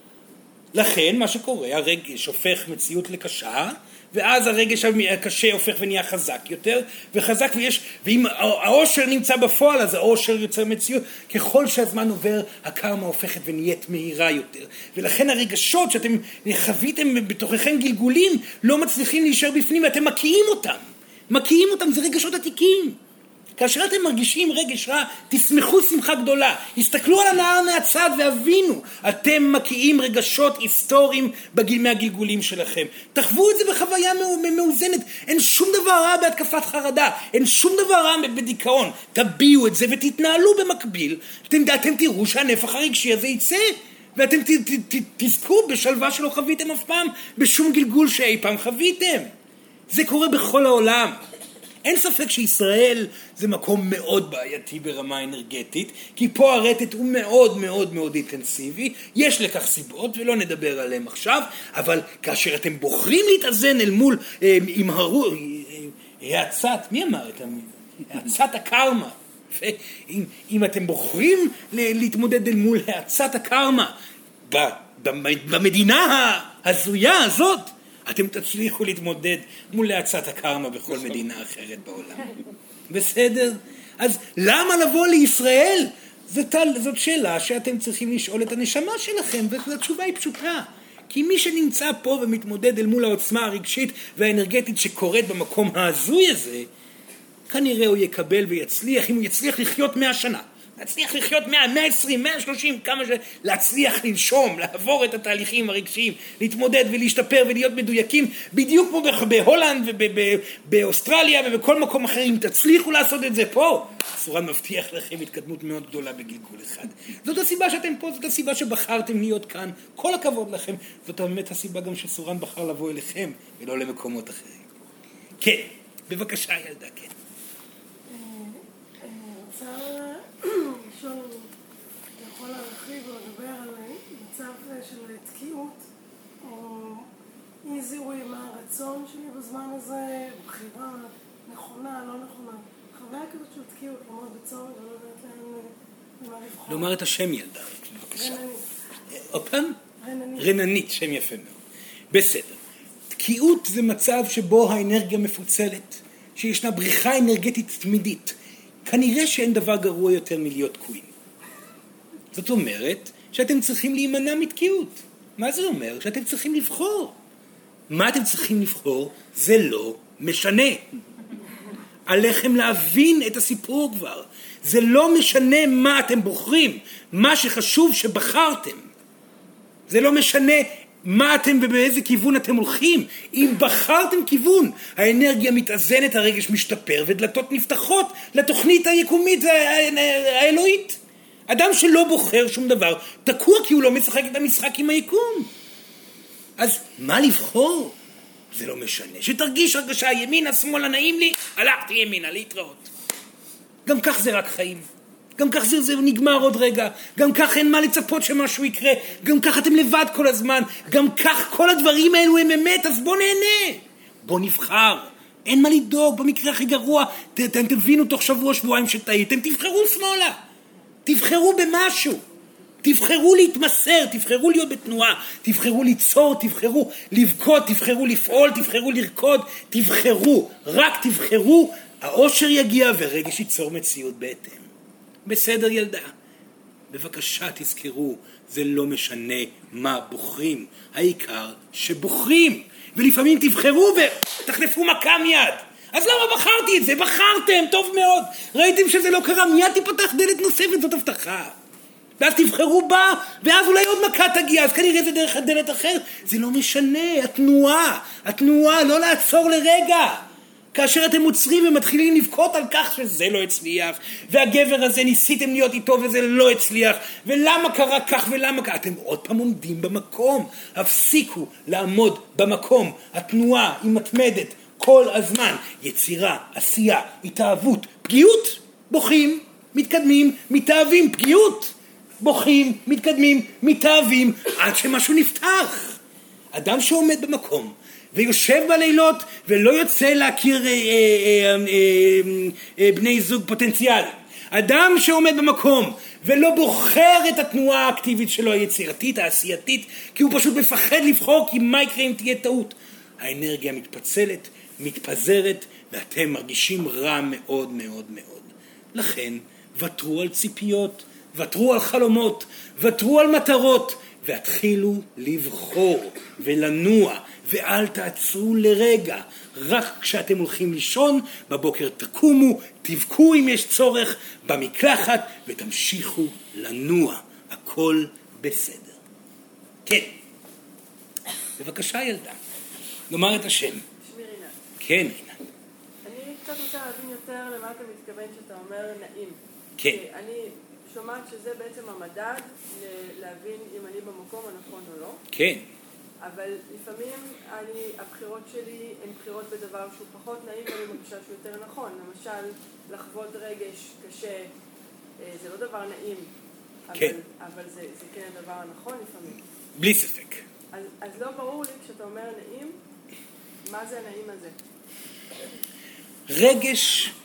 לכן מה שקורה, הרגש הופך מציאות לקשה, ואז הרגש הקשה הופך ונהיה חזק יותר, וחזק ואם האושר נמצא בפועל, אז האושר יוצר מציאות. ככל שהזמן עובר, הקרמה הופכת ונהיית מהירה יותר. ולכן הרגשות שאתם חוויתם בתוככם גלגולים, לא מצליחים להישאר בפנים, ואתם מקיאים אותם, זה רגשות עתיקים. כאשר אתם מרגישים רגש רע, תשמחו שמחה גדולה. הסתכלו על הנהר מהצד והבינו. אתם מקיאים רגשות היסטוריים מהגלגולים שלכם. תחוו את זה בחוויה מאוזנת. אין שום דבר רע בהתקפת חרדה. אין שום דבר רע בדיכאון. תביעו את זה ותתנהלו במקביל. אתם תראו שהנפח הרגשי הזה יצא. ואתם תזכו בשלווה שלא חוויתם אף פעם, בשום גלגול שאי פעם חוויתם. זה קורה בכל העולם. אין ספק שישראל זה מקום מאוד בעייתי ברמה אנרגטית, כי פה הרטט הוא מאוד מאוד מאוד אינטנסיבי, יש לכך סיבות ולא נדבר עליהם עכשיו, אבל כאשר אתם בוחרים להתאזן אל מול האצת, מי אמר את המילה? האצת הקרמה, אם אתם בוחרים להתמודד אל מול האצת הקרמה במדינה ההזויה הזאת, אתם תצליחו להתמודד מול האצת הקרמה בכל מדינה אחרת בעולם. בסדר? אז למה לבוא לישראל? זאת שאלה שאתם צריכים לשאול את הנשמה שלכם, והתשובה היא פשוטה. כי מי שנמצא פה ומתמודד אל מול העוצמה הרגשית והאנרגטית שקורית במקום ההזוי הזה, כנראה הוא יקבל ויצליח, אם הוא יצליח לחיות 100 שנה. להצליח לחיות 100, 120, 130, להצליח לנשום, לעבור את התהליכים הרגשיים, להתמודד ולהשתפר ולהיות מדויקים, בדיוק כמו בהולנד ובאוסטרליה ובכל מקום אחר. אם תצליחו לעשות את זה פה, סורן מבטיח לכם התקדמות מאוד גדולה בגלגול אחד. זאת הסיבה שאתם פה, זאת הסיבה שבחרתם להיות כאן. כל הכבוד לכם. זאת באמת הסיבה גם שסורן בחר לבוא אליכם ולא למקומות אחרים. כן, בבקשה ילדה, כן. לשאול, אתה יכול להרחיב או לדבר על מצב של תקיעות או אי זיהוי מה הרצון שלי בזמן הזה, בחירה נכונה, לא נכונה, חוויה כזאת של תקיעות, לעמוד בצומת ולא יודעת למה לבחור. לומר את השם ילדה, בבקשה. רננית. עוד פעם? רננית, שם יפה מאוד. בסדר. תקיעות זה מצב שבו האנרגיה מפוצלת, שישנה בריחה אנרגטית תמידית. כנראה שאין דבר גרוע יותר מלהיות תקועים. זאת אומרת שאתם צריכים להימנע מתקיעות. מה זה אומר? שאתם צריכים לבחור. מה אתם צריכים לבחור? זה לא משנה. עליכם להבין את הסיפור כבר. זה לא משנה מה אתם בוחרים. מה שחשוב שבחרתם. זה לא משנה מה אתם ובאיזה כיוון אתם הולכים. אם בחרתם כיוון, האנרגיה מתאזנת, הרגש משתפר ודלתות נפתחות לתוכנית היקומית האלוהית. אדם שלא בוחר שום דבר תקוע כי הוא לא משחק את המשחק עם היקום. אז מה לבחור? זה לא משנה. שתרגיש הרגשה ימינה, שמאלה, נעים לי, הלכתי ימינה, להתראות. גם כך זה רק חיים. גם כך זה נגמר עוד רגע. גם כך אין מה לצפות שמשהו יקרה. גם כך אתם לבד כל הזמן. גם כך כל הדברים האלו הם אמת, אז בוא נהנה. בוא נבחר. אין מה לדאוג, במקרה הכי גרוע. אתם תבינו תוך שבוע, שבועיים שטעיתם, תבחרו שמאלה. תבחרו במשהו. תבחרו להתמסר, תבחרו להיות בתנועה, תבחרו ליצור, תבחרו לבכות, תבחרו לפעול, תבחרו לרקוד, תבחרו, רק תבחרו, האושר יגיע ורגש ייצור מציאות בהתאם. בסדר ילדה? בבקשה תזכרו, זה לא משנה מה בוחרים, העיקר שבוחרים, ולפעמים תבחרו ותחלפו מכה מיד. אז למה בחרתי את זה? בחרתם, טוב מאוד, ראיתם שזה לא קרה, מיד תיפתח דלת נוספת, זאת הבטחה. ואז תבחרו בה, ואז אולי עוד מכה תגיע, אז כנראה זה דרך הדלת אחר. זה לא משנה, התנועה, לא לעצור לרגע. כאשר אתם עוצרים ומתחילים לבכות על כך שזה לא הצליח, והגבר הזה ניסיתם להיות איתו וזה לא הצליח, ולמה קרה כך ולמה כך, אתם עוד פעם עומדים במקום. הפסיקו לעמוד במקום. התנועה היא מתמדת כל הזמן. יצירה, עשייה, התאהבות, פגיעות, בוכים, מתקדמים, מתאהבים, פגיעות. בוכים, מתקדמים, מתאהבים, עד שמשהו נפתח. אדם שעומד במקום ויושב בלילות ולא יוצא להכיר בני זוג פוטנציאל. אדם שעומד במקום ולא בוחר את התנועה האקטיבית שלו, היצירתית, העשייתית, כי הוא פשוט מפחד לבחור, כי מה יקרה אם תהיה טעות? האנרגיה מתפצלת, מתפזרת, ואתם מרגישים רע מאוד מאוד מאוד. לכן, ותרו על ציפיות, ותרו על חלומות, ותרו על מטרות, והתחילו לבחור ולנוע, ואל תעצרו לרגע. רק כשאתם הולכים לישון, בבוקר תקומו, תבכו אם יש צורך, במקלחת, ותמשיכו לנוע. הכל בסדר. כן. בבקשה ילדה, נאמר את השם. שמי רינה. כן רינה. אני קצת רוצה להבין יותר למה אתה מתכוון שאתה אומר נעים. כן. אני שומעת שזה בעצם המדד להבין אם אני במקום הנכון או לא. כן. אבל לפעמים הבחירות שלי הן בחירות בדבר שהוא פחות נעים ואני מרגישה שהוא יותר נכון. למשל, לחוות רגש קשה, זה לא דבר נעים. כן. אבל זה כן הדבר הנכון לפעמים. בלי ספק. אז לא ברור לי כשאתה אומר נעים, מה זה הנעים הזה? רגש,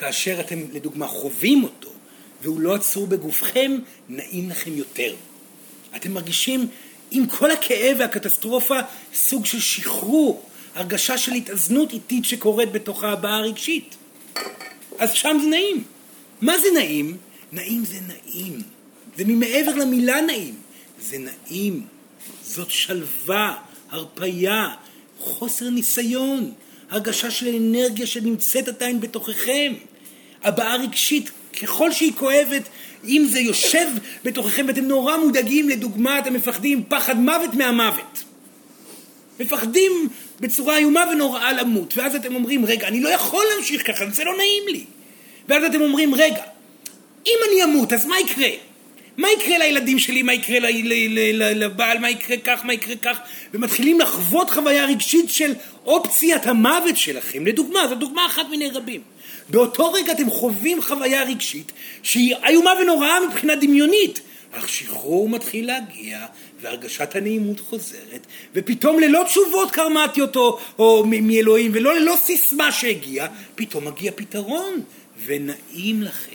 כאשר אתם לדוגמה חווים אותו, והוא לא עצור בגופכם, נעים לכם יותר. אתם מרגישים עם כל הכאב והקטסטרופה סוג של שחרור, הרגשה של התאזנות איטית שקורית בתוך ההבעה הרגשית. אז שם זה נעים. מה זה נעים? נעים זה נעים. זה ממעבר למילה נעים. זה נעים. זאת שלווה, הרפיה, חוסר ניסיון, הרגשה של אנרגיה שנמצאת עדיין בתוככם. הבעה רגשית, ככל שהיא כואבת, אם זה יושב בתוככם ואתם נורא מודאגים, לדוגמה אתם מפחדים פחד מוות מהמוות. מפחדים בצורה איומה ונוראה למות, ואז אתם אומרים, רגע, אני לא יכול להמשיך ככה, זה לא נעים לי. ואז אתם אומרים, רגע, אם אני אמות, אז מה יקרה? מה יקרה לילדים שלי, מה יקרה לבעל, מה יקרה כך, מה יקרה כך? ומתחילים לחוות חוויה רגשית של אופציית המוות שלכם. לדוגמה, זו דוגמה אחת מיני רבים. באותו רגע אתם חווים חוויה רגשית שהיא איומה ונוראה מבחינה דמיונית, אך שחרור מתחיל להגיע והרגשת הנעימות חוזרת, ופתאום ללא תשובות קרמטיות או מאלוהים ולא ללא סיסמה שהגיע, פתאום מגיע פתרון ונעים לכם.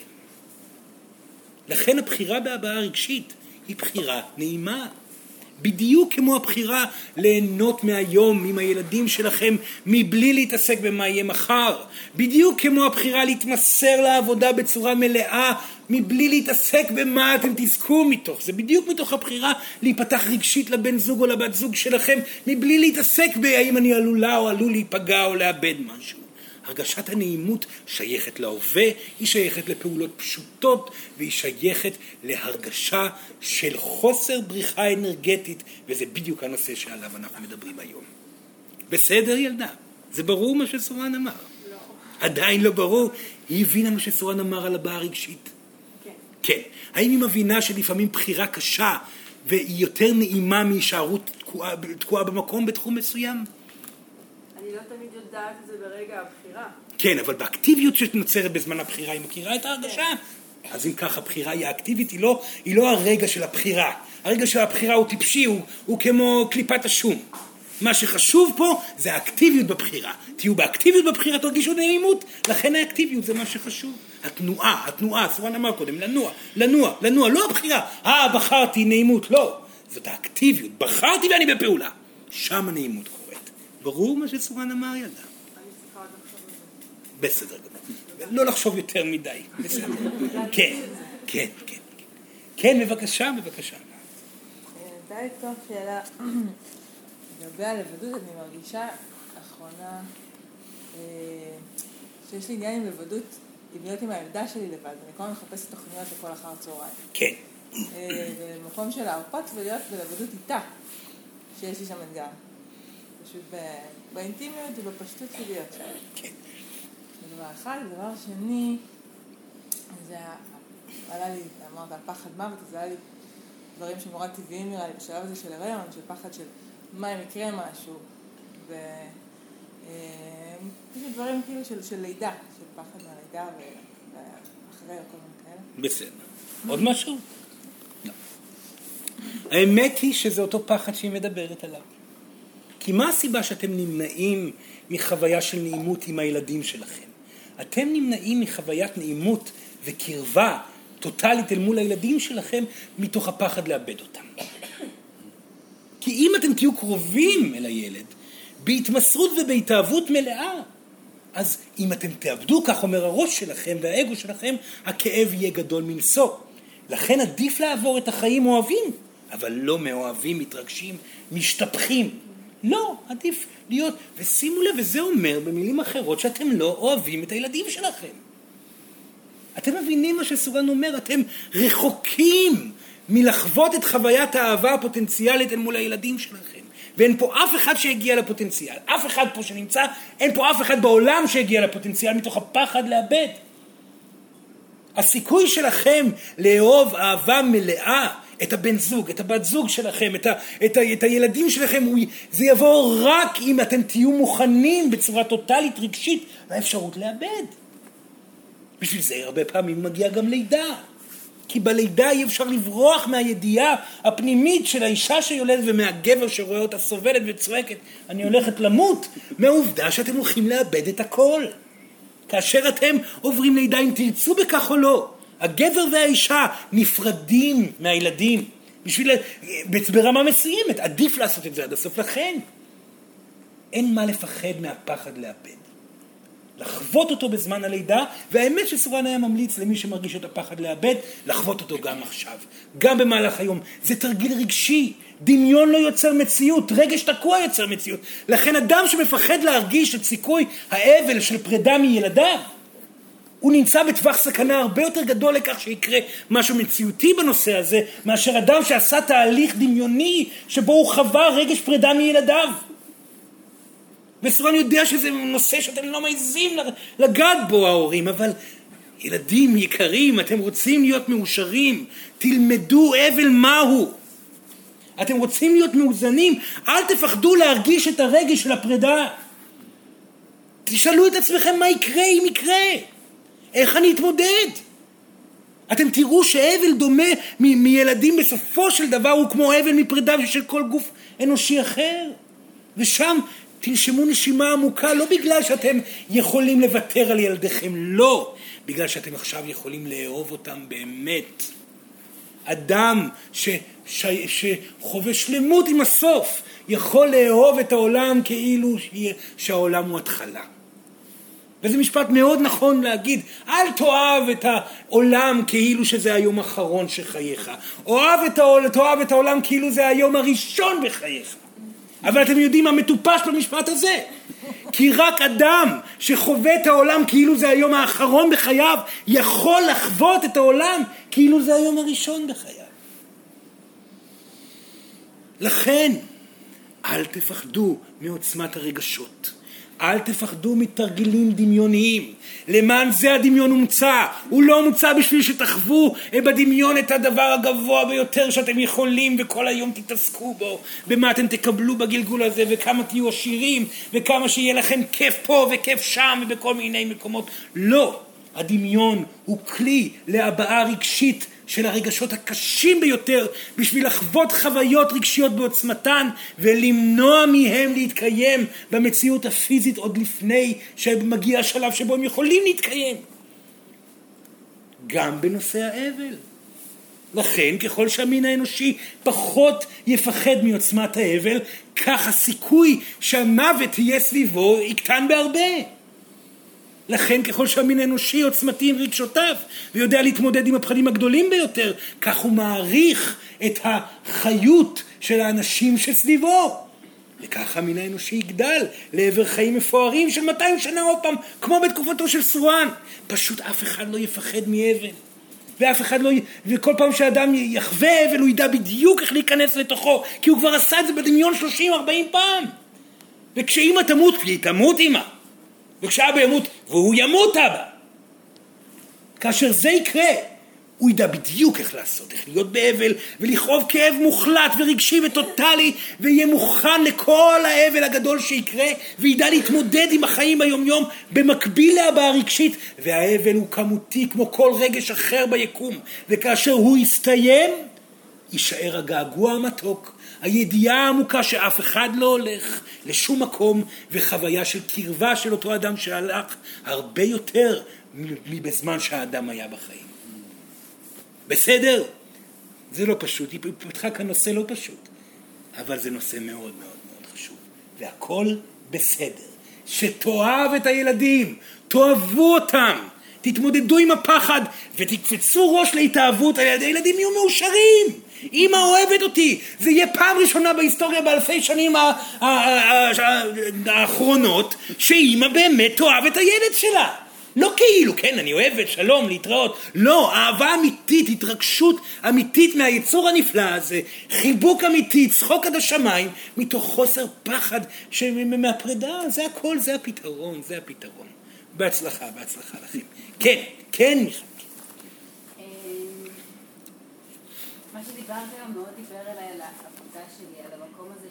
לכן הבחירה בהבעה רגשית היא בחירה נעימה. בדיוק כמו הבחירה ליהנות מהיום עם הילדים שלכם מבלי להתעסק במה יהיה מחר. בדיוק כמו הבחירה להתמסר לעבודה בצורה מלאה מבלי להתעסק במה אתם תזכו מתוך. זה בדיוק מתוך הבחירה להיפתח רגשית לבן זוג או לבת זוג שלכם מבלי להתעסק בהאם אני עלולה או עלול להיפגע או לאבד משהו. הרגשת הנעימות שייכת להווה, היא שייכת לפעולות פשוטות, והיא שייכת להרגשה של חוסר בריחה אנרגטית, וזה בדיוק הנושא שעליו אנחנו מדברים היום. בסדר ילדה? זה ברור מה שסורן אמר? לא. עדיין לא ברור? היא הבינה מה שסורן אמר על הבעה רגשית? כן. כן. האם היא מבינה שלפעמים בחירה קשה, והיא יותר נעימה מהישארות תקועה במקום בתחום מסוים? אני לא תמיד יודעת את זה ברגע הבחירה. כן, אבל באקטיביות שנוצרת בזמן הבחירה, היא מכירה את ההרגשה. אז אם ככה, הבחירה היא האקטיבית, היא לא הרגע של הבחירה. הרגע של הבחירה הוא טיפשי, הוא כמו קליפת השום. מה שחשוב פה זה האקטיביות בבחירה. תהיו באקטיביות בבחירה, תרגישו נעימות, לכן האקטיביות זה מה שחשוב. התנועה, סורן אמר קודם, לנוע, לא הבחירה. בחרתי נעימות, לא. זאת האקטיביות, בחרתי ואני בפעולה. שם הנעימות קורית. ברור מה שסורן אמר ילדה? אני צריכה עוד לחשוב על זה. בסדר גמור. לא לחשוב יותר מדי. בסדר. כן, בבקשה. די טוב שאלה. לגבי הלבדות, אני מרגישה אחרונה שיש לי עניין עם לבדות, עם להיות עם הילדה שלי לבד. אני כל הזמן מחפשת תוכניות לכל אחר צהריים. כן. במקום של להרפות ולהיות בלבדות איתה, שיש לי שם אתגר. פשוט באינטימיות ובפשטות של להיות שם. כן. זה דבר אחד. דבר שני, זה עלה לי, אמרת, הפחד מוות, זה היה לי דברים שנורא טבעיים נראה לי בשלב הזה של הריון, של פחד של מה אם יקרה משהו, פשוט דברים כאילו של לידה, של פחד מהלידה ואחרי או כל מיני כאלה. בסדר. עוד משהו? לא. האמת היא שזה אותו פחד שהיא מדברת עליו. כי מה הסיבה שאתם נמנעים מחוויה של נעימות עם הילדים שלכם? אתם נמנעים מחוויית נעימות וקרבה טוטלית אל מול הילדים שלכם מתוך הפחד לאבד אותם. כי אם אתם תהיו קרובים אל הילד, בהתמסרות ובהתאהבות מלאה, אז אם אתם תאבדו, כך אומר הראש שלכם והאגו שלכם, הכאב יהיה גדול מנשוא. לכן עדיף לעבור את החיים אוהבים, אבל לא מאוהבים, מתרגשים, משתפכים. לא, עדיף להיות, ושימו לב, וזה אומר במילים אחרות שאתם לא אוהבים את הילדים שלכם. אתם מבינים מה שסורן אומר? אתם רחוקים מלחוות את חוויית האהבה הפוטנציאלית אל מול הילדים שלכם. ואין פה אף אחד שהגיע לפוטנציאל. אף אחד פה שנמצא, אין פה אף אחד בעולם שהגיע לפוטנציאל מתוך הפחד לאבד. הסיכוי שלכם לאהוב אהבה מלאה את הבן זוג, את הבת זוג שלכם, את הילדים שלכם, זה יבוא רק אם אתם תהיו מוכנים בצורה טוטלית רגשית לאפשרות לאבד. בשביל זה הרבה פעמים מגיע גם לידה. כי בלידה אי אפשר לברוח מהידיעה הפנימית של האישה שיולדת ומהגבר שרואה אותה סובלת וצועקת, אני הולכת למות, מהעובדה שאתם הולכים לאבד את הכל. כאשר אתם עוברים לידה, אם תרצו בכך או לא, הגבר והאישה נפרדים מהילדים, ברמה מסוימת, עדיף לעשות את זה עד הסוף. לכן, אין מה לפחד מהפחד לאבד. לחוות אותו בזמן הלידה, והאמת שסורן היה ממליץ למי שמרגיש את הפחד לאבד, לחוות אותו גם עכשיו, גם במהלך היום. זה תרגיל רגשי, דמיון לא יוצר מציאות, רגש תקוע יוצר מציאות. לכן אדם שמפחד להרגיש את סיכוי האבל של פרידה מילדיו, הוא נמצא בטווח סכנה הרבה יותר גדול לכך שיקרה משהו מציאותי בנושא הזה, מאשר אדם שעשה תהליך דמיוני שבו הוא חווה רגש פרידה מילדיו. וסורן יודע שזה נושא שאתם לא מעיזים לגעת בו ההורים, אבל ילדים יקרים, אתם רוצים להיות מאושרים, תלמדו אבל מהו. אתם רוצים להיות מאוזנים, אל תפחדו להרגיש את הרגש של הפרידה. תשאלו את עצמכם מה יקרה אם יקרה. איך אני אתמודד? אתם תראו שהאבל דומה מילדים בסופו של דבר הוא כמו האבל מפרידה של כל גוף אנושי אחר. ושם תנשמו נשימה עמוקה, לא בגלל שאתם יכולים לוותר על ילדיכם, לא. בגלל שאתם עכשיו יכולים לאהוב אותם באמת. אדם שחווה שלמות עם הסוף, יכול לאהוב את העולם כאילו שהעולם הוא התחלה. וזה משפט מאוד נכון להגיד, אל תאהב את העולם כאילו שזה היום האחרון שחייך. תאהב את העולם כאילו זה היום הראשון בחייך. אבל אתם יודעים מה מטופש במשפט הזה? כי רק אדם שחווה את העולם כאילו זה היום האחרון בחייו, יכול לחוות את העולם כאילו זה היום הראשון בחייו. לכן, אל תפחדו מעוצמת הרגשות. אל תפחדו מתרגילים דמיוניים. למען זה הדמיון הומצא. הוא לא הומצא בשביל שתחוו בדמיון את הדבר הגבוה ביותר שאתם יכולים וכל היום תתעסקו בו. במה אתם תקבלו בגלגול הזה וכמה תהיו עשירים וכמה שיהיה לכם כיף פה וכיף שם ובכל מיני מקומות. לא. הדמיון הוא כלי להבעה רגשית של הרגשות הקשים ביותר בשביל לחוות חוויות רגשיות בעוצמתן ולמנוע מהם להתקיים במציאות הפיזית עוד לפני שמגיע השלב שבו הם יכולים להתקיים. גם בנושא האבל. לכן ככל שהמין האנושי פחות יפחד מעוצמת האבל, כך הסיכוי שהמוות יהיה סביבו יקטן בהרבה. לכן ככל שהמין האנושי עוצמתי עם רגשותיו ויודע להתמודד עם הפחדים הגדולים ביותר, כך הוא מעריך את החיות של האנשים שסביבו. וכך המין האנושי יגדל לעבר חיים מפוארים של 200 שנה עוד פעם, כמו בתקופתו של סורן. פשוט אף אחד לא יפחד מאבל. ואף אחד לא, וכל פעם שאדם יחווה אבל הוא ידע בדיוק איך להיכנס לתוכו, כי הוא כבר עשה את זה בדמיון 30-40 פעם. וכשאמא תמות, היא תמות אמא. וכשאבא ימות, והוא ימות אבא. כאשר זה יקרה, הוא ידע בדיוק איך לעשות, איך להיות באבל ולכאוב כאב מוחלט ורגשי וטוטלי, ויהיה מוכן לכל האבל הגדול שיקרה, וידע להתמודד עם החיים ביום-יום במקביל להבעה רגשית, והאבל הוא כמותי כמו כל רגש אחר ביקום, וכאשר הוא יסתיים, יישאר הגעגוע המתוק, הידיעה העמוקה שאף אחד לא הולך לשום מקום, וחוויה של קרבה של אותו אדם שהלך הרבה יותר מבזמן שהאדם היה בחיים. בסדר? זה לא פשוט, היא פתחה כאן נושא לא פשוט, אבל זה נושא מאוד מאוד מאוד חשוב, והכל בסדר. שתאהב את הילדים, תאהבו אותם, תתמודדו עם הפחד ותקפצו ראש להתאהבות, הילדים יהיו מאושרים. אמא אוהבת אותי, זה יהיה פעם ראשונה בהיסטוריה באלפי שנים האחרונות שאמא באמת תאהב את הילד שלה. לא כאילו, כן, אני אוהבת, שלום, להתראות. לא, אהבה אמיתית, התרגשות אמיתית מהיצור הנפלא הזה, חיבוק אמיתי, צחוק עד השמיים, מתוך חוסר פחד מהפרידה. זה הכל, זה הפתרון, זה הפתרון. בהצלחה, בהצלחה לכם. כן, כן, מיכל. מה שדיברת היום מאוד דיבר אליי על העבודה שלי, על המקום הזה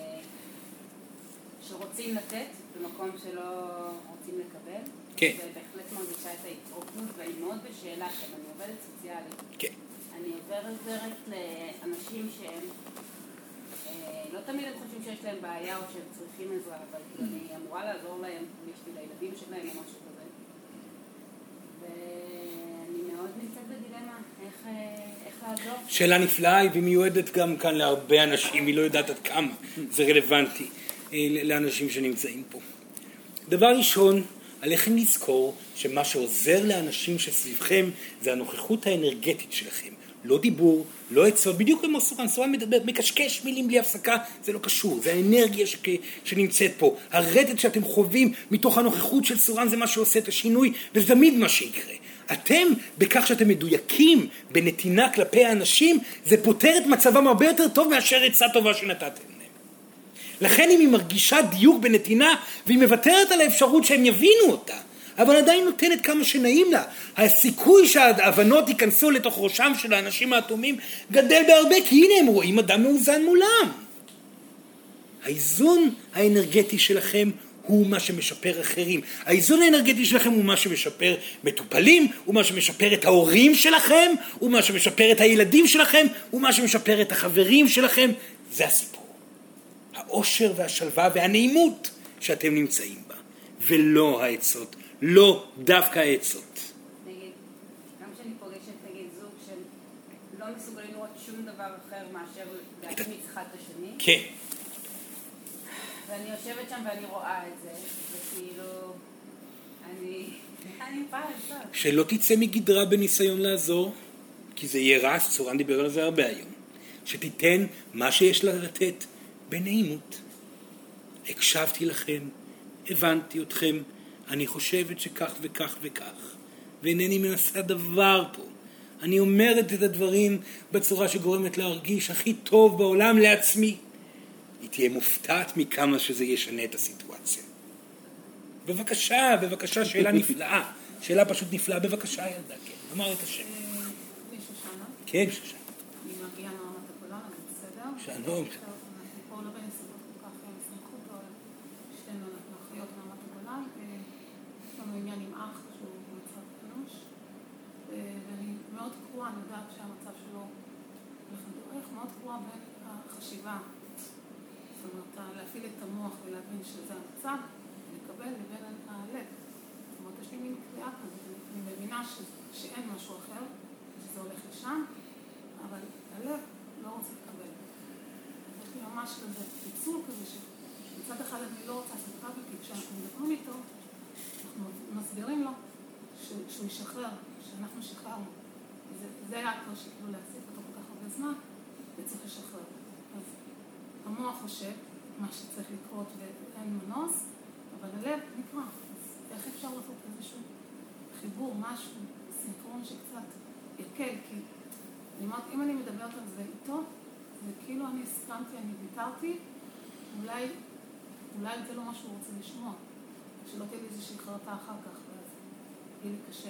שרוצים לתת במקום שלא רוצים לקבל. כן. ובהחלט מרגישה את ההתרוקנות, ואני מאוד בשאלה, כי אני עובדת סוציאלית. כן. אני עוברת לאנשים שהם, לא תמיד הם חושבים שיש להם בעיה או שהם צריכים עזרה, אבל אני אמורה לעזור להם בשביל הילדים שלהם או משהו כזה. שאלה נפלאה, והיא מיועדת גם כאן להרבה אנשים, היא לא יודעת עד כמה זה רלוונטי לאנשים שנמצאים פה. דבר ראשון, עליכם לזכור שמה שעוזר לאנשים שסביבכם זה הנוכחות האנרגטית שלכם. לא דיבור, לא עצות, בדיוק כמו סורן. סורן מדבר, מקשקש מילים בלי הפסקה, זה לא קשור, זה האנרגיה שנמצאת פה. הרטט שאתם חווים מתוך הנוכחות של סורן זה מה שעושה את השינוי, וזה תמיד מה שיקרה. אתם, בכך שאתם מדויקים בנתינה כלפי האנשים, זה פותר את מצבם הרבה יותר טוב מאשר עצה טובה שנתתם להם. לכן אם היא מרגישה דיוק בנתינה, והיא מוותרת על האפשרות שהם יבינו אותה, אבל עדיין נותנת כמה שנעים לה, הסיכוי שההבנות ייכנסו לתוך ראשם של האנשים האטומים גדל בהרבה, כי הנה הם רואים אדם מאוזן מולם. האיזון האנרגטי שלכם הוא מה שמשפר אחרים. האיזון האנרגטי שלכם הוא מה שמשפר מטופלים, הוא מה שמשפר את ההורים שלכם, הוא מה שמשפר את הילדים שלכם, הוא מה שמשפר את החברים שלכם. זה הסיפור. האושר והשלווה והנעימות שאתם נמצאים בה, ולא העצות, לא דווקא העצות. נגיד, גם כשאני פוגשת נגיד זוג של לא מסוגלים לראות שום דבר אחר מאשר להשמיץ אחד את השני. כן. ואני יושבת שם ואני רואה את זה, וכאילו, אני פעם לעשות. שלא תצא מגדרה בניסיון לעזור, כי זה יהיה רע, סורן דיבר על זה הרבה היום. שתיתן מה שיש לה לתת בנעימות. הקשבתי לכם, הבנתי אתכם, אני חושבת שכך וכך וכך, ואינני מנסה דבר פה. אני אומרת את הדברים בצורה שגורמת להרגיש הכי טוב בעולם לעצמי. היא תהיה מופתעת מכמה שזה ישנה את הסיטואציה. בבקשה, בבקשה, שאלה נפלאה. שאלה פשוט נפלאה, בבקשה ילדה, כן. אמר את השם. לי שושנה. כן, שושנה. אני מגיעה מרמת הגולן, אני בסדר? שלום. אנחנו פה לא בנסיבות כל כך מסמכות, אבל שתינו אנחנו אחיות מרמת הגולן, יש לנו עניין עם אח שהוא במצב אנוש, ואני מאוד קרואה, אני יודעת שהמצב שלו הולך לדורך, מאוד קרואה בין החשיבה, זאת אומרת, להפעיל את המוח ולהבין שזה המצב, לקבל לבין הלב. זאת אומרת, יש לי מין קריאה כזאת, אני מבינה שאין משהו אחר, שזה הולך לשם, אבל הלב לא רוצה לקבל. יש לי ממש כזה פיצול כזה, שמצד אחד אני לא רוצה לעשות קבל, כי כשאנחנו מדברים איתו, אנחנו מסבירים לו שהוא ישחרר, שאנחנו שחררנו. זה היה כבר שכאילו להציף אותו כל כך הרבה זמן, וצריך לשחרר. אז המוח חושב מה שצריך לקרות ואין מנוס, אבל הלב נקרא. אז איך אפשר לעשות איזשהו חיבור, משהו, סינכרון שקצת יקל? כי אני אומרת, אם אני מדברת על זה איתו, זה כאילו אני הסכמתי, אני ויתרתי, אולי זה לא מה שהוא רוצה לשמוע. שלא תהיה לי איזושהי חרטה אחר כך, ואז יהיה לי קשה.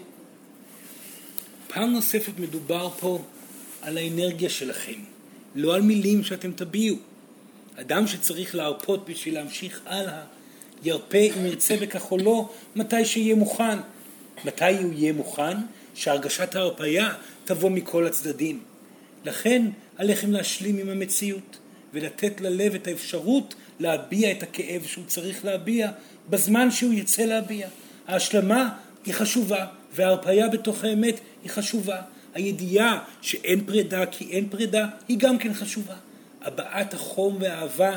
פעם נוספת מדובר פה על האנרגיה שלכם, לא על מילים שאתם תביעו. אדם שצריך להרפות בשביל להמשיך הלאה, ירפה אם ירצה בכך או לא, מתי שיהיה מוכן. מתי הוא יהיה מוכן? שהרגשת ההרפיה תבוא מכל הצדדים. לכן עליכם להשלים עם המציאות, ולתת ללב את האפשרות להביע את הכאב שהוא צריך להביע, בזמן שהוא ירצה להביע. ההשלמה היא חשובה, וההרפיה בתוך האמת היא חשובה. הידיעה שאין פרידה כי אין פרידה היא גם כן חשובה. הבעת החום והאהבה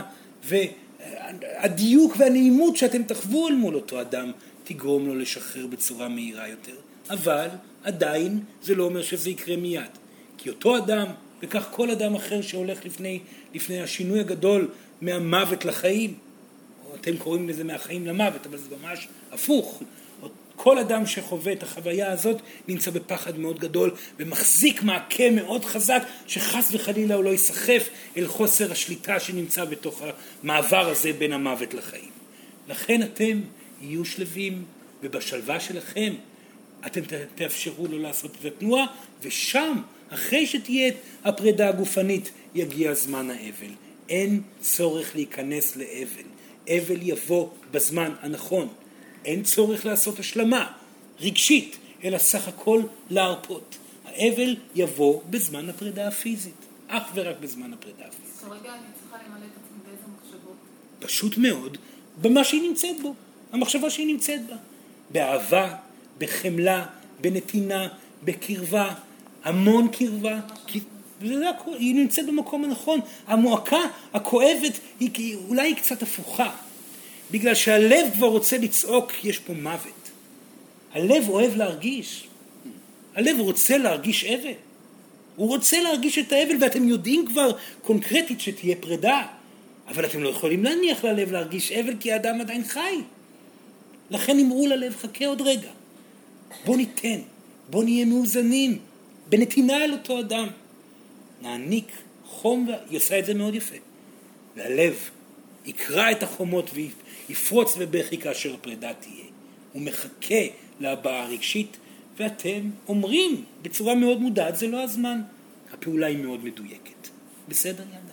והדיוק והנעימות שאתם תחוו אל מול אותו אדם תגרום לו לשחרר בצורה מהירה יותר. אבל עדיין זה לא אומר שזה יקרה מיד. כי אותו אדם, וכך כל אדם אחר שהולך לפני השינוי הגדול מהמוות לחיים, או אתם קוראים לזה מהחיים למוות, אבל זה ממש הפוך. כל אדם שחווה את החוויה הזאת נמצא בפחד מאוד גדול ומחזיק מעקה מאוד חזק שחס וחלילה הוא לא יסחף אל חוסר השליטה שנמצא בתוך המעבר הזה בין המוות לחיים. לכן אתם יהיו שלווים, ובשלווה שלכם אתם תאפשרו לו לעשות את התנועה, ושם אחרי שתהיה הפרידה הגופנית יגיע זמן האבל. אין צורך להיכנס לאבל. אבל יבוא בזמן הנכון. אין צורך לעשות השלמה רגשית, אלא סך הכל להרפות. האבל יבוא בזמן הפרידה הפיזית, אך ורק בזמן הפרידה הפיזית. רגע, אני צריכה למלא את עצמי באיזה מחשבות? פשוט מאוד, במה שהיא נמצאת בו, המחשבה שהיא נמצאת בה. באהבה, בחמלה, בנתינה, בקרבה, המון קרבה. היא נמצאת במקום הנכון. המועקה הכואבת היא אולי קצת הפוכה. בגלל שהלב כבר רוצה לצעוק, יש פה מוות. הלב אוהב להרגיש. הלב רוצה להרגיש אבל. הוא רוצה להרגיש את האבל, ואתם יודעים כבר קונקרטית שתהיה פרידה. אבל אתם לא יכולים להניח ללב להרגיש אבל, כי האדם עדיין חי. לכן אמרו ללב, חכה עוד רגע. בוא ניתן, בוא נהיה מאוזנים, בנתינה אל אותו אדם. נעניק חום, היא עושה את זה מאוד יפה. והלב יקרא את החומות ויפרוץ בבכי כאשר הפרידה תהיה. הוא מחכה להבעה הרגשית, ואתם אומרים בצורה מאוד מודעת, זה לא הזמן. הפעולה היא מאוד מדויקת. בסדר ילדה?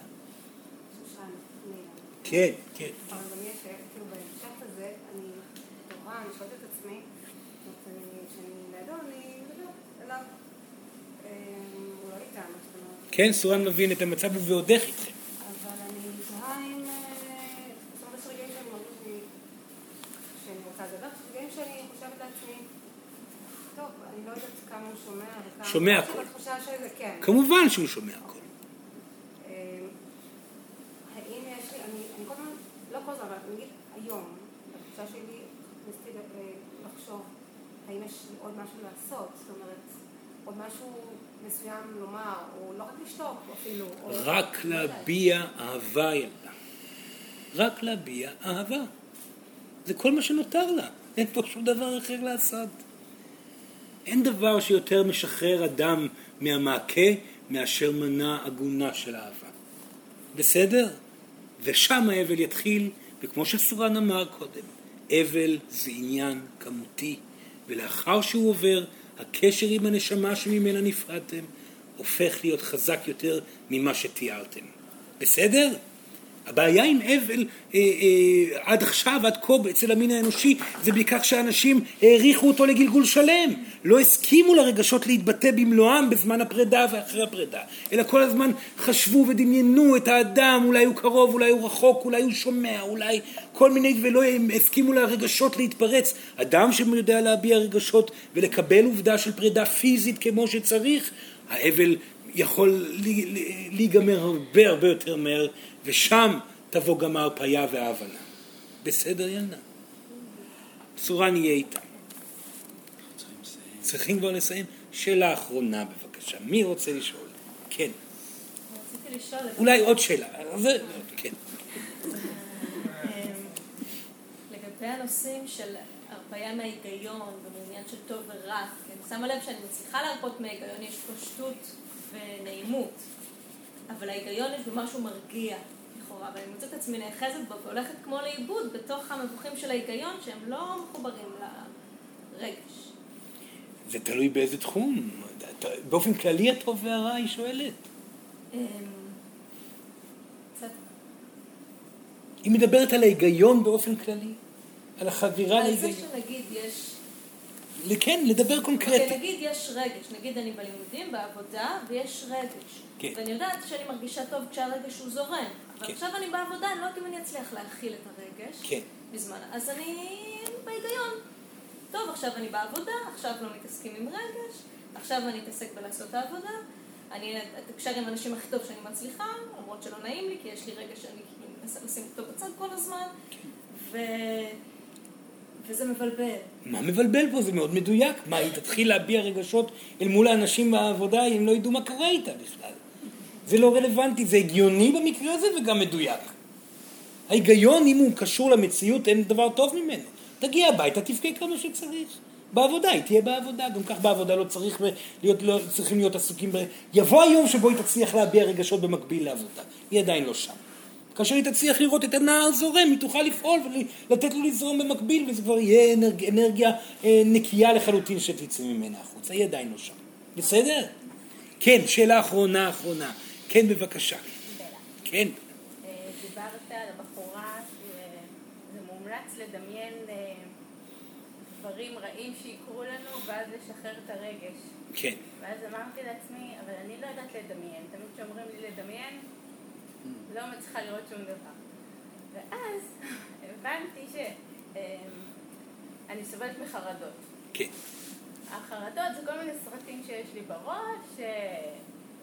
כן, כן. אבל גם יש, כאילו בהמשך הזה, אני תורה, אני שואלת את עצמי, כשאני לידו, אני מדברת אליו, הוא לא איתה, מה זאת אומרת. כן, סורן מבין את המצב ועודך איתכם. אבל אני תוהה אם, זאת אומרת, יש רגעים שאני מרגיש שאני רוצה לדבר, רגעים שאני חושבת לעצמי, טוב, אני לא יודעת כמה הוא שומע, שומע הכל. אבל תחושה שזה כן. כמובן שהוא שומע הכל. האם יש לי, אני כל הזמן, לא כל הזמן, אבל נגיד היום, בתחושה שלי, ניסיתי לחשוב, האם יש לי עוד משהו לעשות, זאת אומרת, עוד משהו מסוים לומר, או לא רק לשתוק אפילו. רק להביע אהבה ילדה. רק להביע אהבה. זה כל מה שנותר לה. אין פה שום דבר אחר לעשות. אין דבר שיותר משחרר אדם מהמעקה מאשר מנה עגונה של אהבה. בסדר? ושם האבל יתחיל, וכמו שסורן אמר קודם, אבל זה עניין כמותי, ולאחר שהוא עובר, הקשר עם הנשמה שממנה נפרדתם, הופך להיות חזק יותר ממה שתיארתם. בסדר? הבעיה עם אבל עד עכשיו, עד כה אצל המין האנושי, זה בכך שאנשים העריכו אותו לגלגול שלם. לא הסכימו לרגשות להתבטא במלואם בזמן הפרידה ואחרי הפרידה, אלא כל הזמן חשבו ודמיינו את האדם, אולי הוא קרוב, אולי הוא רחוק, אולי הוא שומע, אולי כל מיני, ולא הסכימו לרגשות להתפרץ. אדם שיודע להביע רגשות ולקבל עובדה של פרידה פיזית כמו שצריך, האבל יכול להיגמר הרבה הרבה יותר מהר, ושם תבוא גם ההרפאיה וההבנה. בסדר ילדה? סורן יהיה איתה. צריכים כבר לסיים. שאלה אחרונה בבקשה. מי רוצה לשאול? כן. רציתי לשאול... אולי עוד שאלה. כן. לגבי הנושאים של הרפאיה מההיגיון ומעניין של טוב ורע, אני שמה לב שאני מצליחה להרפות מההיגיון, יש פשטות ונעימות, אבל ההיגיון יש במשהו מרגיע לכאורה, ואני מוצאת את עצמי נאחזת בו והולכת כמו לאיבוד בתוך המבוכים של ההיגיון שהם לא מחוברים לרגש. זה תלוי באיזה תחום. באופן כללי הטוב והרע היא שואלת. היא מדברת על ההיגיון באופן כללי, על החבירה להיגיון. על זה שנגיד יש... כן, לדבר קונקרטי. נגיד יש רגש, נגיד אני בלימודים, בעבודה, ויש רגש. כן. ואני יודעת שאני מרגישה טוב כשהרגש הוא זורם. אבל כן. עכשיו אני בעבודה, אני לא יודעת אם אני אצליח להכיל את הרגש. כן. בזמן. אז אני בהיגיון. טוב, עכשיו אני בעבודה, עכשיו לא מתעסקים עם רגש, עכשיו אני אתעסק בלעשות העבודה. אני אתקשר עם אנשים הכי טוב שאני מצליחה, למרות שלא נעים לי, כי יש לי רגש שאני מנסה לשים אותו בצד כל הזמן. כן. וזה מבלבל. מה מבלבל פה? זה מאוד מדויק. מה, היא תתחיל להביע רגשות אל מול האנשים בעבודה, אם לא ידעו מה קורה איתה בכלל. זה לא רלוונטי, זה הגיוני במקרה הזה וגם מדויק. ההיגיון, אם הוא קשור למציאות, אין דבר טוב ממנו. תגיע הביתה, תבכה כמה שצריך. בעבודה, היא תהיה בעבודה. גם כך בעבודה לא צריכים להיות עסוקים יבוא היום שבו היא תצליח להביע רגשות במקביל לעבודה. היא עדיין לא שם. כאשר היא תצליח לראות את הנער זורם, היא תוכל לפעול ולתת לו לזרום במקביל, וזה כבר יהיה אנרגיה נקייה לחלוטין שתצא ממנה החוצה. היא עדיין לא שם. בסדר? כן, שאלה אחרונה. כן, בבקשה. כן. דיברת על הבחורה שזה מומלץ לדמיין דברים רעים שיקרו לנו, ואז לשחרר את הרגש. כן. ואז אמרתי לעצמי, אבל אני לא יודעת לדמיין. תמיד כשאומרים לי לדמיין, לא מצליחה לראות שום דבר. ואז הבנתי שאני סובלת מחרדות. כן. החרדות זה כל מיני סרטים שיש לי בראש,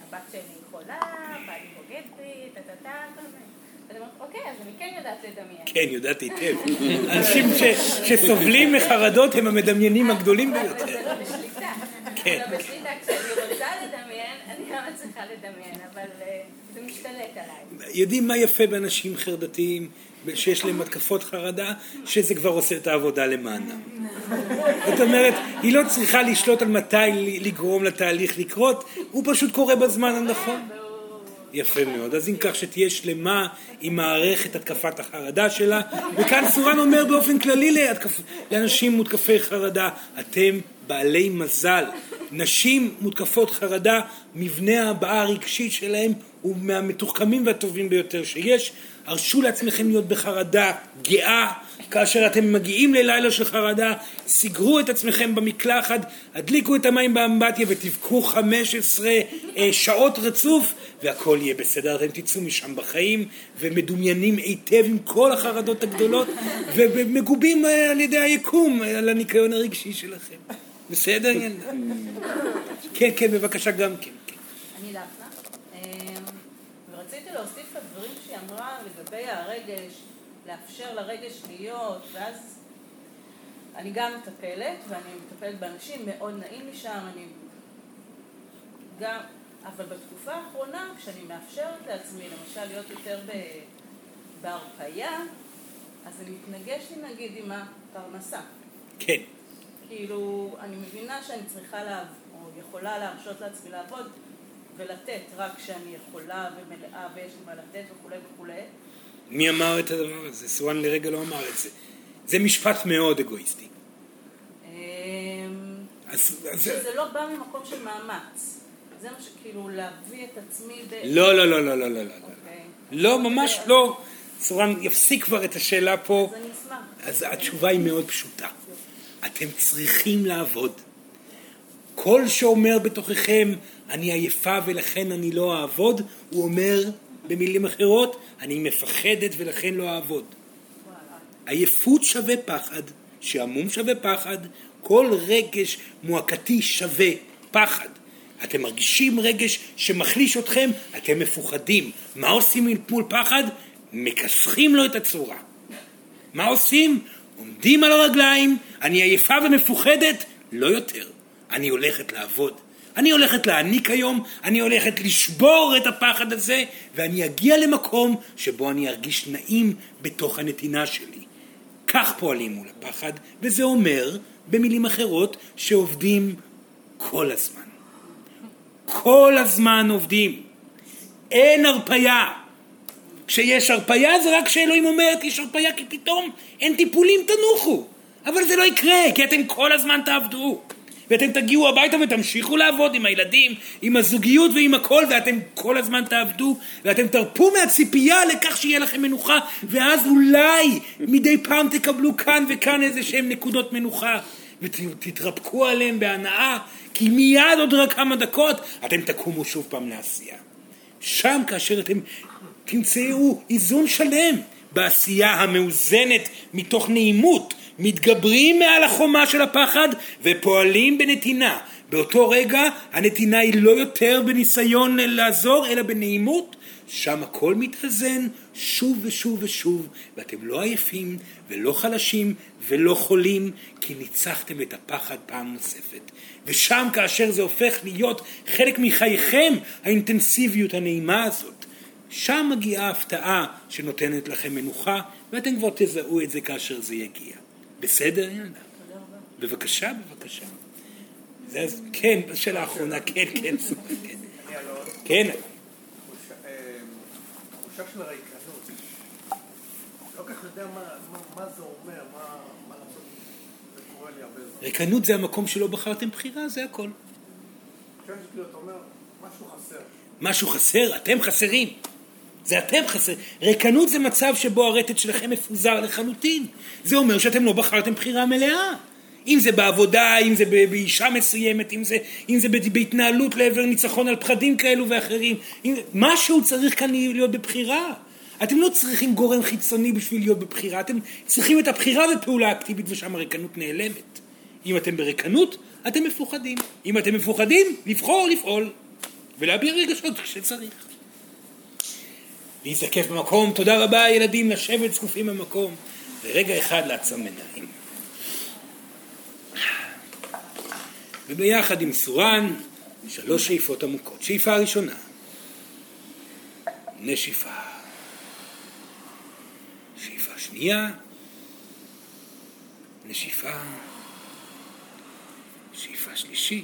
הבת שלי חולה, בעלי בוגד בי, טטטה, אז אני אומרת, אוקיי, אז אני כן יודעת לדמיין. כן, יודעת היטב. אנשים שסובלים מחרדות הם המדמיינים הגדולים ביותר. אבל זה לא בשליטה. כן. זה לא בשליטה, כשאני רוצה לדמיין, אני לא מצליחה לדמיין, אבל זה משתלט עליי. יודעים מה יפה באנשים חרדתיים, שיש להם התקפות חרדה, שזה כבר עושה את העבודה למענם. זאת אומרת, היא לא צריכה לשלוט על מתי לגרום לתהליך לקרות, הוא פשוט קורה בזמן הנכון. יפה מאוד. אז אם כך שתהיה שלמה עם מערכת התקפת החרדה שלה, וכאן סורן אומר באופן כללי לאנשים מותקפי חרדה, אתם בעלי מזל. נשים מותקפות חרדה, מבנה הבעה הרגשית שלהם הוא מהמתוחכמים והטובים ביותר שיש. הרשו לעצמכם להיות בחרדה גאה, כאשר אתם מגיעים ללילה של חרדה, סגרו את עצמכם במקלחת, הדליקו את המים באמבטיה ותבכו 15 שעות רצוף, והכל יהיה בסדר. אתם תצאו משם בחיים ומדומיינים היטב עם כל החרדות הגדולות, ומגובים על ידי היקום, על הניקיון הרגשי שלכם. בסדר? כן, כן, בבקשה גם כן. אני דפנה, ורציתי להוסיף את הדברים שהיא אמרה לגבי הרגש, לאפשר לרגש להיות, ואז אני גם מטפלת, ואני מטפלת באנשים, מאוד נעים לי שם, אני גם, אבל בתקופה האחרונה, כשאני מאפשרת לעצמי, למשל, להיות יותר בהרפאיה, אז אני מתנגש לי, נגיד, עם הפרנסה. כן. כאילו, אני מבינה שאני צריכה או יכולה להרשות לעצמי לעבוד ולתת רק כשאני יכולה ומלאה ויש לי מה לתת וכו' וכו'. מי אמר את הדבר הזה? סורן לרגע לא אמר את זה. זה משפט מאוד אגואיסטי. שזה לא בא ממקום של מאמץ. זה מה שכאילו להביא את עצמי לא, לא, לא, לא, לא, לא. לא, ממש לא. סורן יפסיק כבר את השאלה פה. אז אני אשמח. אז התשובה היא מאוד פשוטה. אתם צריכים לעבוד. כל שאומר בתוככם, אני עייפה ולכן אני לא אעבוד, הוא אומר במילים אחרות, אני מפחדת ולכן לא אעבוד. עייפות שווה פחד, שעמום שווה פחד, כל רגש מועקתי שווה פחד. אתם מרגישים רגש שמחליש אתכם, אתם מפוחדים. מה עושים מול פחד? מכסחים לו את הצורה. מה עושים? עומדים על הרגליים, אני עייפה ומפוחדת, לא יותר. אני הולכת לעבוד. אני הולכת להעניק היום, אני הולכת לשבור את הפחד הזה, ואני אגיע למקום שבו אני ארגיש נעים בתוך הנתינה שלי. כך פועלים מול הפחד, וזה אומר, במילים אחרות, שעובדים כל הזמן. כל הזמן עובדים. אין הרפאיה. כשיש הרפאיה זה רק שאלוהים אומרת, יש הרפאיה כי פתאום אין טיפולים, תנוחו. אבל זה לא יקרה, כי אתם כל הזמן תעבדו. ואתם תגיעו הביתה ותמשיכו לעבוד עם הילדים, עם הזוגיות ועם הכל, ואתם כל הזמן תעבדו, ואתם תרפו מהציפייה לכך שיהיה לכם מנוחה, ואז אולי מדי פעם תקבלו כאן וכאן איזה שהם נקודות מנוחה, ותתרפקו עליהם בהנאה, כי מיד עוד רק כמה דקות אתם תקומו שוב פעם לעשייה. שם כאשר אתם תמצאו איזון שלם בעשייה המאוזנת מתוך נעימות, מתגברים מעל החומה של הפחד ופועלים בנתינה. באותו רגע הנתינה היא לא יותר בניסיון לעזור אלא בנעימות. שם הכל מתאזן שוב ושוב ושוב, ואתם לא עייפים ולא חלשים ולא חולים, כי ניצחתם את הפחד פעם נוספת. ושם כאשר זה הופך להיות חלק מחייכם, האינטנסיביות הנעימה הזאת, שם מגיעה הפתעה שנותנת לכם מנוחה, ואתם כבר תזהו את זה כאשר זה יגיע. בסדר? בבקשה, בבקשה. כן, בשאלה האחרונה, כן. כן. התחושה של הריקנות, לא כך יודע מה זה אומר, מה לעשות, זה קורה לי הרבה זמן. ריקנות זה המקום שלא בחרתם בחירה, זה הכל. כן, שכאילו, אתה אומר, משהו חסר. משהו חסר? אתם חסרים. זה אתם חסרים. ריקנות זה מצב שבו הרטט שלכם מפוזר לחלוטין. זה אומר שאתם לא בחרתם בחירה מלאה. אם זה בעבודה, אם זה באישה מסוימת, אם זה בהתנהלות לעבר ניצחון על פחדים כאלו ואחרים. משהו צריך כאן להיות בבחירה. אתם לא צריכים גורם חיצוני בשביל להיות בבחירה. אתם צריכים את הבחירה ופעולה אקטיבית, ושם הריקנות נעלמת. אם אתם בריקנות, אתם מפוחדים. אם אתם מפוחדים, לבחור, לפעול. ולהביע רגשות כשצריך. להזדקף במקום, תודה רבה ילדים, לשבת זקופים במקום, ורגע אחד לעצום עיניים. וביחד עם סורן, 3 שאיפות עמוקות. שאיפה ראשונה, נשיפה. שאיפה שנייה, נשיפה. שאיפה שלישית.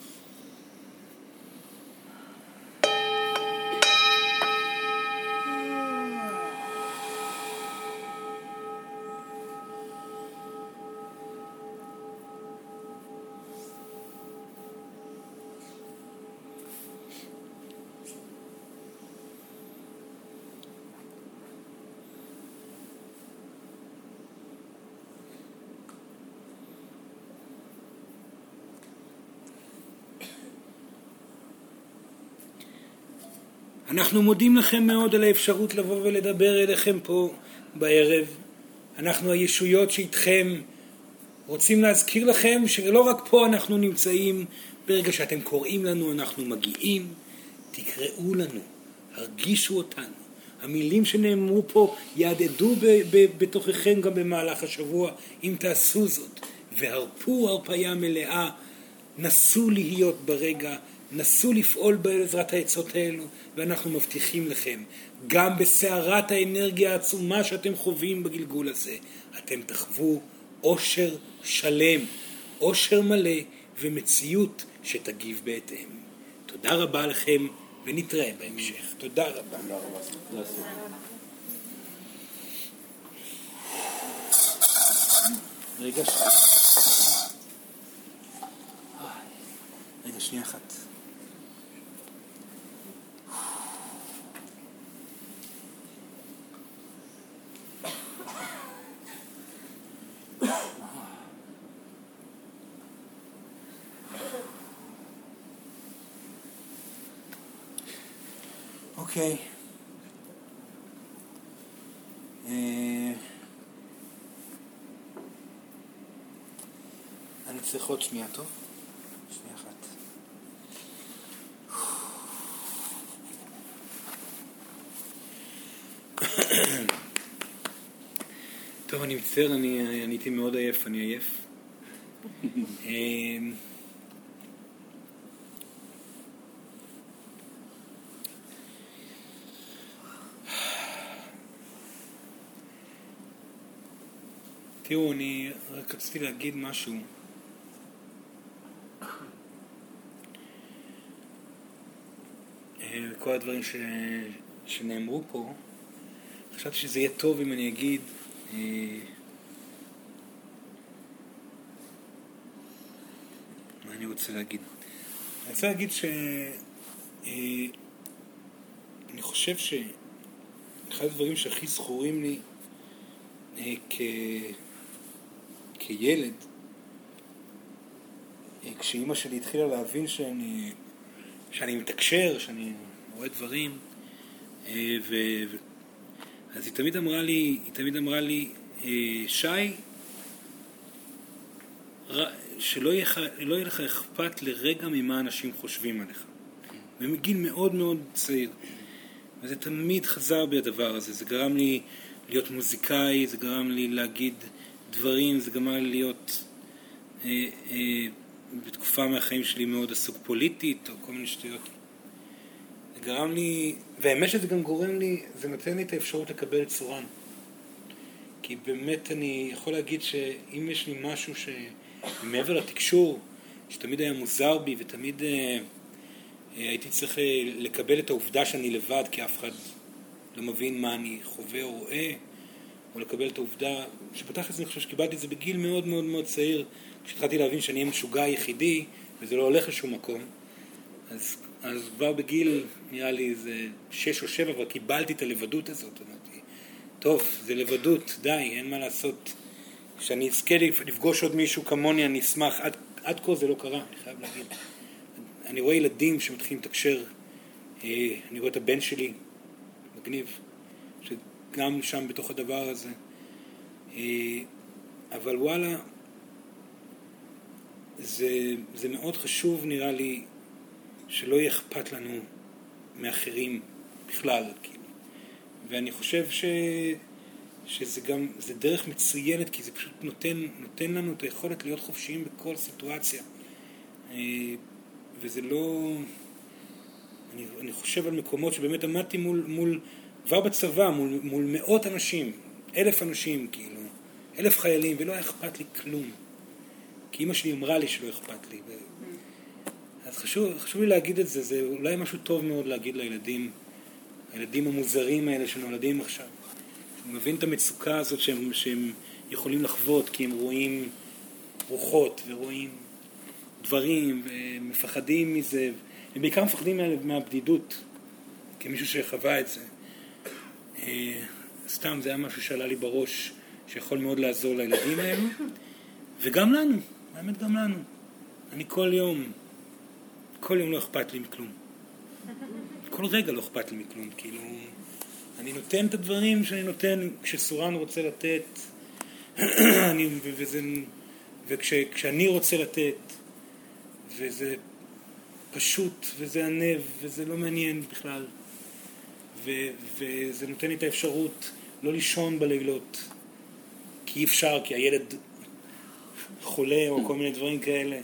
אנחנו מודים לכם מאוד על האפשרות לבוא ולדבר אליכם פה בערב. אנחנו הישויות שאיתכם רוצים להזכיר לכם שלא רק פה אנחנו נמצאים, ברגע שאתם קוראים לנו אנחנו מגיעים, תקראו לנו, הרגישו אותנו. המילים שנאמרו פה יעדדו בתוככם גם במהלך השבוע, אם תעשו זאת, והרפו הרפיה מלאה, נסו להיות ברגע, נסו לפעול בעזרת העצות האלו, ואנחנו מבטיחים לכם, גם בסערת האנרגיה העצומה שאתם חווים בגלגול הזה, אתם תחוו אושר שלם, אושר מלא ומציאות שתגיב בהתאם. תודה רבה לכם ונתראה בהמשך. תודה רבה. רגע שנייה אחת. אוקיי. אני צריך עוד שנייה, טוב? שנייה אחת. טוב, אני מצטער, אני הייתי מאוד עייף, אני עייף. תראו, אני רק רציתי להגיד משהו. כל הדברים שנאמרו פה, חשבתי שזה יהיה טוב אם אני אגיד מה אני רוצה להגיד. אני רוצה להגיד אני חושב שאחד הדברים שהכי זכורים לי כילד, כשאמא שלי התחילה להבין שאני מתקשר, שאני רואה דברים, אז היא תמיד אמרה לי, שי, שלא יהיה לך אכפת לרגע ממה אנשים חושבים עליך. ומגיל מאוד מאוד צעיר. וזה תמיד חזר בי הדבר הזה. זה גרם לי להיות מוזיקאי, זה גרם לי להגיד דברים, זה גרם לי להיות בתקופה מהחיים שלי מאוד עסוק פוליטית או כל מיני שטויות. זה גרם לי, והאמת שזה גם גורם לי, זה נותן לי את האפשרות לקבל את סורן. כי באמת אני יכול להגיד שאם יש לי משהו שמעבר לתקשור, שתמיד היה מוזר בי ותמיד הייתי צריך לקבל את העובדה שאני לבד, כי אף אחד לא מבין מה אני חווה או רואה, או לקבל את העובדה, שבתכלס אני חושב שקיבלתי את זה בגיל מאוד מאוד מאוד צעיר, כשהתחלתי להבין שאני המשוגע היחידי, וזה לא הולך לשום מקום, אז כבר בגיל, נראה לי זה 6 או 7, כבר קיבלתי את הלבדות הזאת. אמרתי, טוב, זה לבדות, די, אין מה לעשות. כשאני אזכה לפגוש עוד מישהו כמוני, אני אשמח. עד כה זה לא קרה, אני חייב להגיד. אני רואה ילדים שמתחילים לתקשר, אני רואה את הבן שלי, מגניב, שגם שם בתוך הדבר הזה. אבל וואלה, זה מאוד חשוב נראה לי שלא יהיה אכפת לנו מאחרים בכלל, כאילו. ואני חושב שזה גם, זה דרך מצוינת, כי זה פשוט נותן לנו את היכולת להיות חופשיים בכל סיטואציה. וזה לא... אני חושב על מקומות שבאמת עמדתי מול כבר בצבא, מול מאות אנשים, 1,000 אנשים, כאילו, 1,000 חיילים, ולא היה אכפת לי כלום. כי אמא שלי אמרה לי שלא אכפת לי. אז חשוב לי להגיד את זה, זה אולי משהו טוב מאוד להגיד לילדים, הילדים המוזרים האלה שנולדים עכשיו. אני מבין את המצוקה הזאת שהם יכולים לחוות, כי הם רואים רוחות ורואים דברים ומפחדים מזה. הם בעיקר מפחדים מהבדידות, כמישהו שחווה את זה. סתם, זה היה משהו שעלה לי בראש, שיכול מאוד לעזור לילדים האלו, וגם לנו, באמת גם לנו. אני כל יום לא אכפת לי מכלום. כל רגע לא אכפת לי מכלום, כאילו, אני נותן את הדברים שאני נותן, כשסורן רוצה לתת, וכשאני רוצה לתת, וזה פשוט, וזה ענב, וזה לא מעניין בכלל. וזה נותן לי את האפשרות לא לישון בלילות, כי אי אפשר, כי הילד חולה או כל מיני דברים כאלה.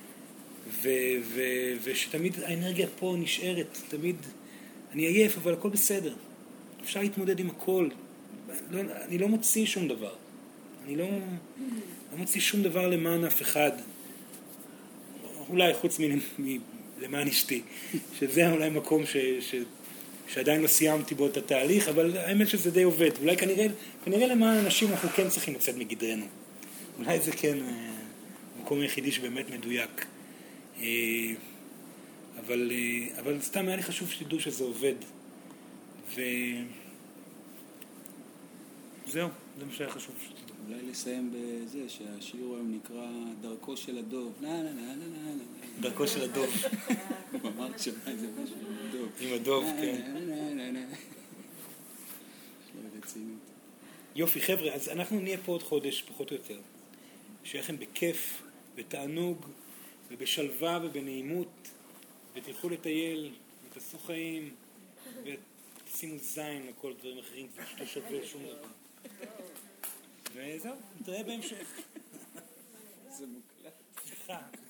ושתמיד האנרגיה פה נשארת, תמיד אני עייף, אבל הכל בסדר. אפשר להתמודד עם הכל. אני לא מוציא שום דבר. אני לא מוציא שום דבר למען אף אחד. אולי חוץ למען אשתי, שזה אולי מקום שעדיין לא סיימתי בו את התהליך, אבל האמת שזה די עובד. אולי כנראה למען אנשים אנחנו כן צריכים לצאת מגדרנו. אולי זה כן המקום היחידי שבאמת מדויק. אבל סתם היה לי חשוב שתדעו שזה עובד. וזהו, זה מה שהיה חשוב שתדעו. אולי לסיים בזה שהשיר היום נקרא דרכו של הדוב. דרכו של הדוב. הוא אמר שמה איזה משהו עם הדוב. עם הדוב, כן. של רצינות. יופי, חבר'ה, אז אנחנו נהיה פה עוד חודש, פחות או יותר. שיהיה לכם בכיף, בתענוג, ובשלווה ובנעימות, ותלכו לטייל, ותעשו חיים, ותשימו זין לכל דברים אחרים, זה לא שווה שום דבר. וזהו, נתראה בהמשך. זה מוקלט. סליחה.